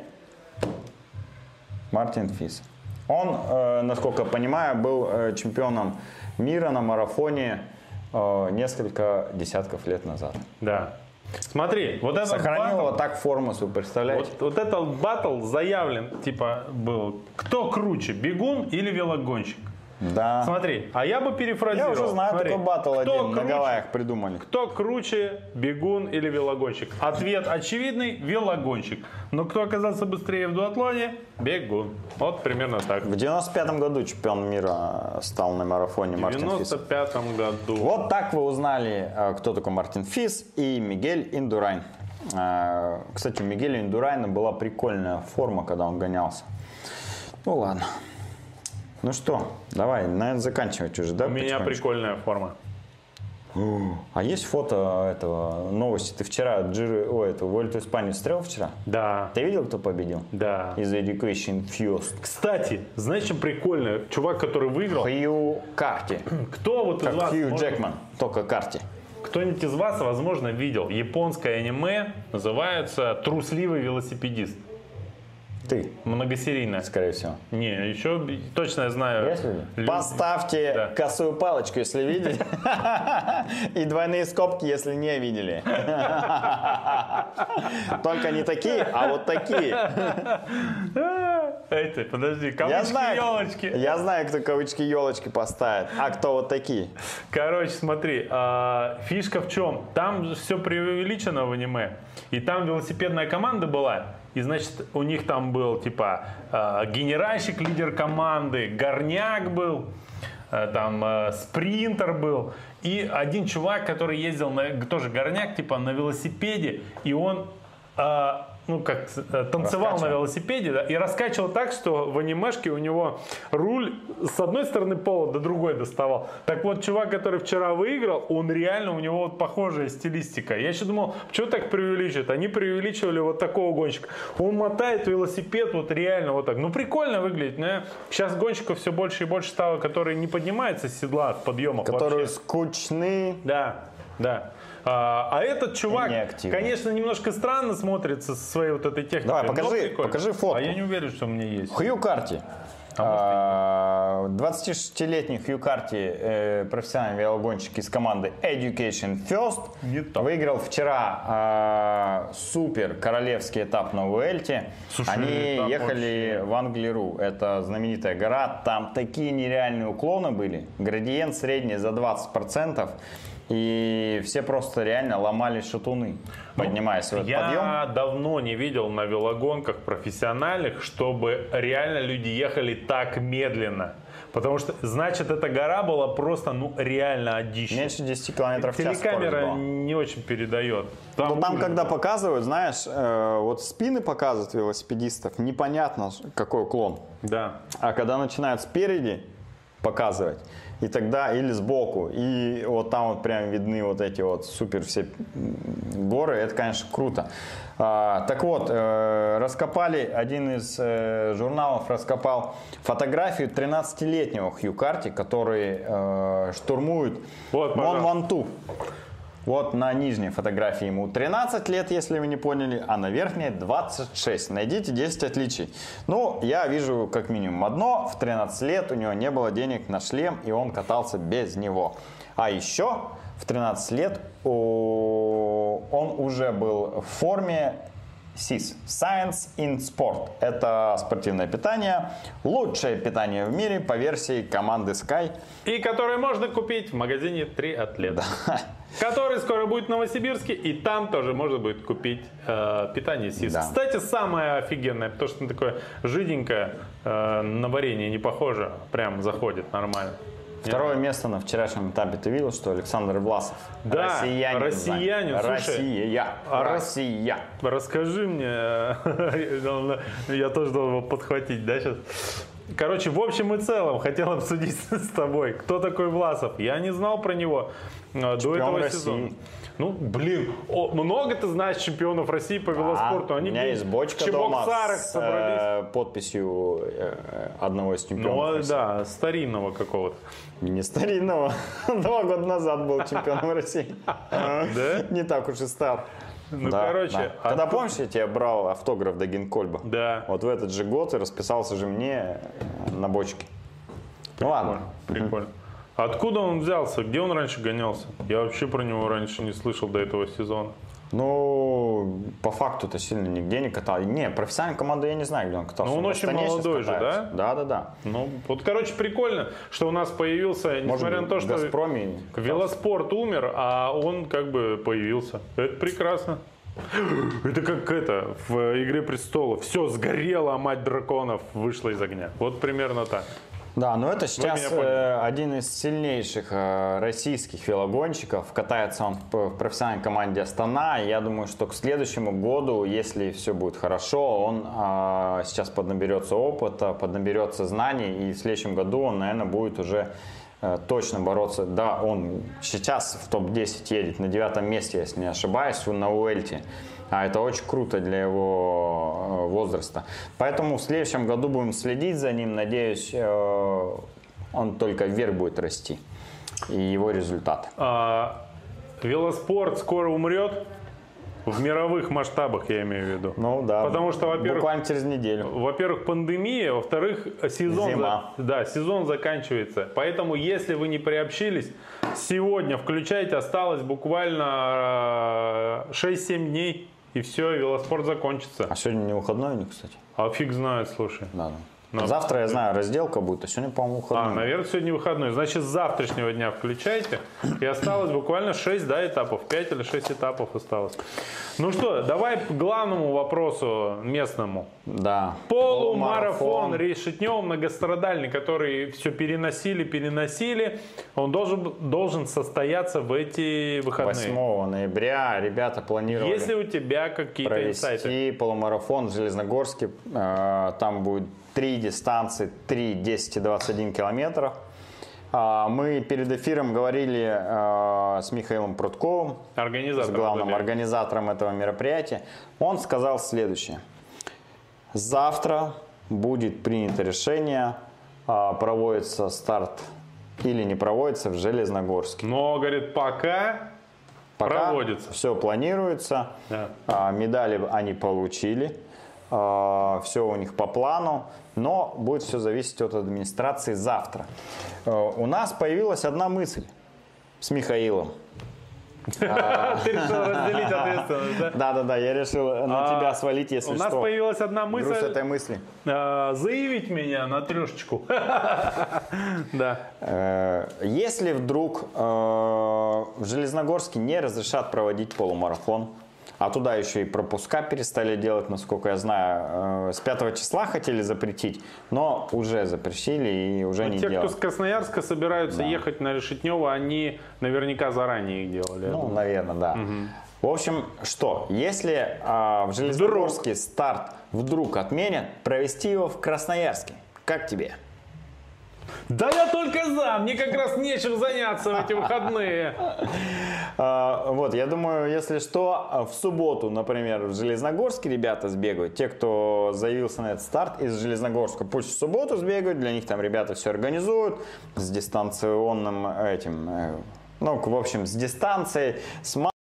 S2: Мартин Фис. Он, э, насколько я понимаю, был э, чемпионом мира на марафоне э, несколько десятков лет назад.
S1: Да. Смотри, вот этот
S2: Сохранил
S1: батл,
S2: вот так форму, вы представляете?
S1: вот, вот этот батл заявлен, типа, был. Кто круче, бегун или велогонщик?
S2: Да.
S1: Смотри, а я бы перефразировал.
S2: Я уже знаю,
S1: Смотри,
S2: такой батл
S1: кто
S2: один на
S1: круче?
S2: Гавайях придумали.
S1: Кто круче, бегун или велогонщик? Ответ очевидный – велогонщик. Но кто оказался быстрее в дуатлоне? Бегун. Вот примерно так.
S2: В девяносто пятом году чемпион мира стал на марафоне
S1: В
S2: Мартин Фис.
S1: девяносто пятом году.
S2: Вот так вы узнали, э, кто такой Мартин Фис и Мигель Индурайн. Э, Кстати, у Мигеля Индурайна была прикольная форма, когда он гонялся. Ну ладно. Ну что, давай, наверное, заканчивать уже, да?
S1: У меня
S2: потихонечку?
S1: прикольная форма.
S2: А есть фото этого новости? Ты вчера Джиры, ой, эту Вольту Испанию стрел вчера?
S1: Да,
S2: Ты видел, кто победил?
S1: да.
S2: Из Education First.
S1: Кстати, знаешь, что прикольно? Чувак, который выиграл,
S2: Хью Карти.
S1: кто вот из
S2: Как
S1: вас,
S2: Хью
S1: может,
S2: Джекман, только Карти.
S1: кто-нибудь из вас, возможно, видел японское аниме, называется «Трусливый велосипедист».
S2: Ты,
S1: Многосерийное.
S2: скорее всего.
S1: Не, еще точно я знаю.
S2: Есть люди?
S1: люди.
S2: Поставьте
S1: Да.
S2: косую палочку, если видели. И двойные скобки, если не видели. Только не такие, а вот такие.
S1: Эти, подожди,
S2: Я
S1: кавычки,
S2: знаю,
S1: елочки.
S2: я знаю, кто кавычки елочки поставит, а кто вот такие.
S1: Короче, смотри, а, фишка в чем? Там все преувеличено в аниме. И там велосипедная команда была. И, значит, у них там был, типа, а, генеральщик, лидер команды, горняк был, а, там а, спринтер был. И один чувак, который ездил, на, тоже горняк, типа, на велосипеде. И он... а, ну, как э, танцевал
S2: Раскачивал.
S1: на велосипеде, да, и раскачивал так, что в анимешке у него руль с одной стороны пола до другой доставал. Так вот, чувак, который вчера выиграл, он реально, у него вот похожая стилистика. Я еще думал, почему так преувеличивают? Они преувеличивали вот такого гонщика. Он мотает велосипед вот реально вот так. Ну, прикольно выглядит, но сейчас гонщиков все больше и больше стало, которые не поднимаются с седла, с подъемов
S2: Которые
S1: вообще.
S2: скучны.
S1: Да, да. А, а этот чувак,
S2: неактивны.
S1: конечно, немножко странно смотрится со своей вот этой техникой.
S2: Давай,
S1: но
S2: покажи-
S1: прикольно.
S2: покажи фотку.
S1: А я не уверен, что у меня есть.
S2: Хью Карти. А, двадцатишестилетний Хью Карти, э, профессиональный велогонщик из команды Education First,
S1: Не так.
S2: выиграл вчера а, супер королевский этап на Уэльте.
S1: Слушай,
S2: Они
S1: этап
S2: ехали в Англеру, это знаменитая гора, там такие нереальные уклоны были, градиент средний за двадцать процентов. И все просто реально ломали шатуны, поднимаясь в этот
S1: Я
S2: подъем.
S1: давно не видел на велогонках профессиональных, чтобы реально люди ехали так медленно. Потому что, значит, эта гора была просто, ну, реально одище.
S2: Меньше десяти километров в час скорость
S1: Телекамера
S2: была.
S1: не очень передает.
S2: Ну, там,
S1: ужас
S2: когда
S1: был.
S2: показывают, знаешь, э, вот спины показывают велосипедистов, непонятно, какой уклон.
S1: Да.
S2: А когда начинают спереди показывать, и тогда, или сбоку, и вот там вот прям видны вот эти вот супер все горы, это, конечно, круто. А, так вот, э, раскопали, один из э, журналов раскопал фотографию тринадцатилетнего Хью Карти, который э, штурмует
S1: Вот,
S2: Мон
S1: пожалуйста.
S2: Ванту. Вот на нижней фотографии ему тринадцать лет, если вы не поняли, а на верхней двадцать шесть. Найдите десять отличий. Ну, я вижу как минимум одно. В тринадцать лет у него не было денег на шлем, и он катался без него. А еще в тринадцать лет о, он уже был в форме сис. Science in Sport. Это спортивное питание. Лучшее питание в мире по версии команды Sky.
S1: И которое можно купить в магазине три атлета. Да. Который скоро будет в Новосибирске. И там тоже можно будет купить э, питание сис. Да. Кстати, самое офигенное, потому что такое жиденькое, э, на варенье не похоже. Прям заходит нормально.
S2: Второе Нет. место на вчерашнем этапе. Ты видел, что Александр Власов?
S1: Да, россиянин. россиянин
S2: Россия.
S1: А
S2: Россия.
S1: Расскажи мне. Я тоже должен подхватить, да, сейчас? Короче, в общем и целом, хотел обсудить с тобой, кто такой Власов. Я не знал про него Чемпион до этого России. сезона. Ну, блин, о, много ты знаешь чемпионов России по велоспорту.
S2: А,
S1: Они
S2: у меня есть бочка
S1: в
S2: дома
S1: с
S2: э, подписью э, одного из чемпионов
S1: ну,
S2: России.
S1: Да, старинного какого-то.
S2: Не старинного. Два года назад был чемпионом России.
S1: Да?
S2: Не так уж и стар.
S1: Ну, да, короче.
S2: Да.
S1: А
S2: Когда,
S1: тут...
S2: помнишь, я тебе брал автограф до Гинкольба?
S1: Да.
S2: Вот в этот же год и расписался же мне на бочке.
S1: Прикольно, ну ладно. Прикольно. Откуда он взялся? Где он раньше гонялся? Я вообще про него раньше не слышал до этого сезона.
S2: Ну, по факту-то сильно нигде не катал. Не, профессиональную команду я не знаю, где он катался.
S1: Ну, он, он очень молодой же, да?
S2: Да, да, да.
S1: Ну, вот, короче, прикольно, что у нас появился,
S2: Может,
S1: несмотря на то, что
S2: Газпроме
S1: велоспорт умер, а он как бы появился. Это прекрасно. Это как это, в «Игре престолов». Все сгорело, а мать драконов вышла из огня. Вот примерно так.
S2: Да, но это сейчас э, один из сильнейших э, российских велогонщиков. Катается он в, в профессиональной команде Астана. И я думаю, что к следующему году, если все будет хорошо, он э, сейчас поднаберется опыта, поднаберется знаний. И в следующем году он, наверное, будет уже э, точно бороться. Да, он сейчас в топ десять едет на девятом месте, если не ошибаюсь, на Уэльте. А это очень круто для его возраста. Поэтому в следующем году будем следить за ним. Надеюсь, он только вверх будет расти. И его результат.
S1: А, велоспорт скоро умрет? В мировых масштабах, я имею в виду.
S2: Ну да.
S1: Потому что, во-первых,
S2: буквально через неделю.
S1: Во-первых, пандемия, во-вторых, сезон,
S2: Зима.
S1: За, да, сезон заканчивается. Поэтому, если вы не приобщились, сегодня включайте, осталось буквально шесть-семь дней. И все, велоспорт закончится.
S2: А сегодня не выходной у них, кстати?
S1: А фиг знает, слушай.
S2: Да, да. Завтра, я знаю, разделка будет, а сегодня, по-моему, выходной.
S1: А, наверное, сегодня выходной. Значит, с завтрашнего дня включайте. И осталось буквально шесть, да, этапов. пять или шесть этапов осталось. Ну что, давай к главному вопросу местному.
S2: Да.
S1: Полумарафон Решетнева многострадальный, который все переносили, переносили. Он должен, должен состояться в эти выходные.
S2: восьмого ноября ребята планировали
S1: Если у тебя какие-то
S2: провести
S1: инсайты.
S2: полумарафон в Железногорске. Там будет три дистанции, три, десять и двадцать один километров. Мы перед эфиром говорили с Михаилом Прудковым, с главным организатором этого мероприятия. Он сказал следующее. Завтра будет принято решение, проводится старт или не проводится в Железногорске.
S1: Но, говорит, пока,
S2: пока
S1: проводится.
S2: Все планируется. Да. Медали они получили. Все у них по плану, но будет все зависеть от администрации завтра. У нас появилась одна мысль с Михаилом.
S1: Ты решил разделить ответственность, да?
S2: Да-да-да, я решил на тебя свалить, если что.
S1: У нас появилась одна мысль.
S2: Груз этой мысли.
S1: Заявить меня на трешечку. Да.
S2: Если вдруг в Железногорске не разрешат проводить полумарафон, а туда еще и пропуска перестали делать, насколько я знаю. С пятого числа хотели запретить, но уже запретили и уже но не
S1: те,
S2: делают.
S1: Те, кто с Красноярска собираются да. ехать на Решетнево, они наверняка заранее их делали.
S2: Ну, наверное, да. Угу. В общем, что, если а, в Железногорске вдруг. старт вдруг отменят, провести его в Красноярске, как тебе?
S1: Да я только за, мне как раз нечем заняться в эти выходные.
S2: Вот, я думаю, если что, в субботу, например, в Железногорске ребята сбегают. Те, кто заявился на этот старт из Железногорска, пусть в субботу сбегают, для них там ребята все организуют с дистанционным этим, ну, в общем, с дистанцией, с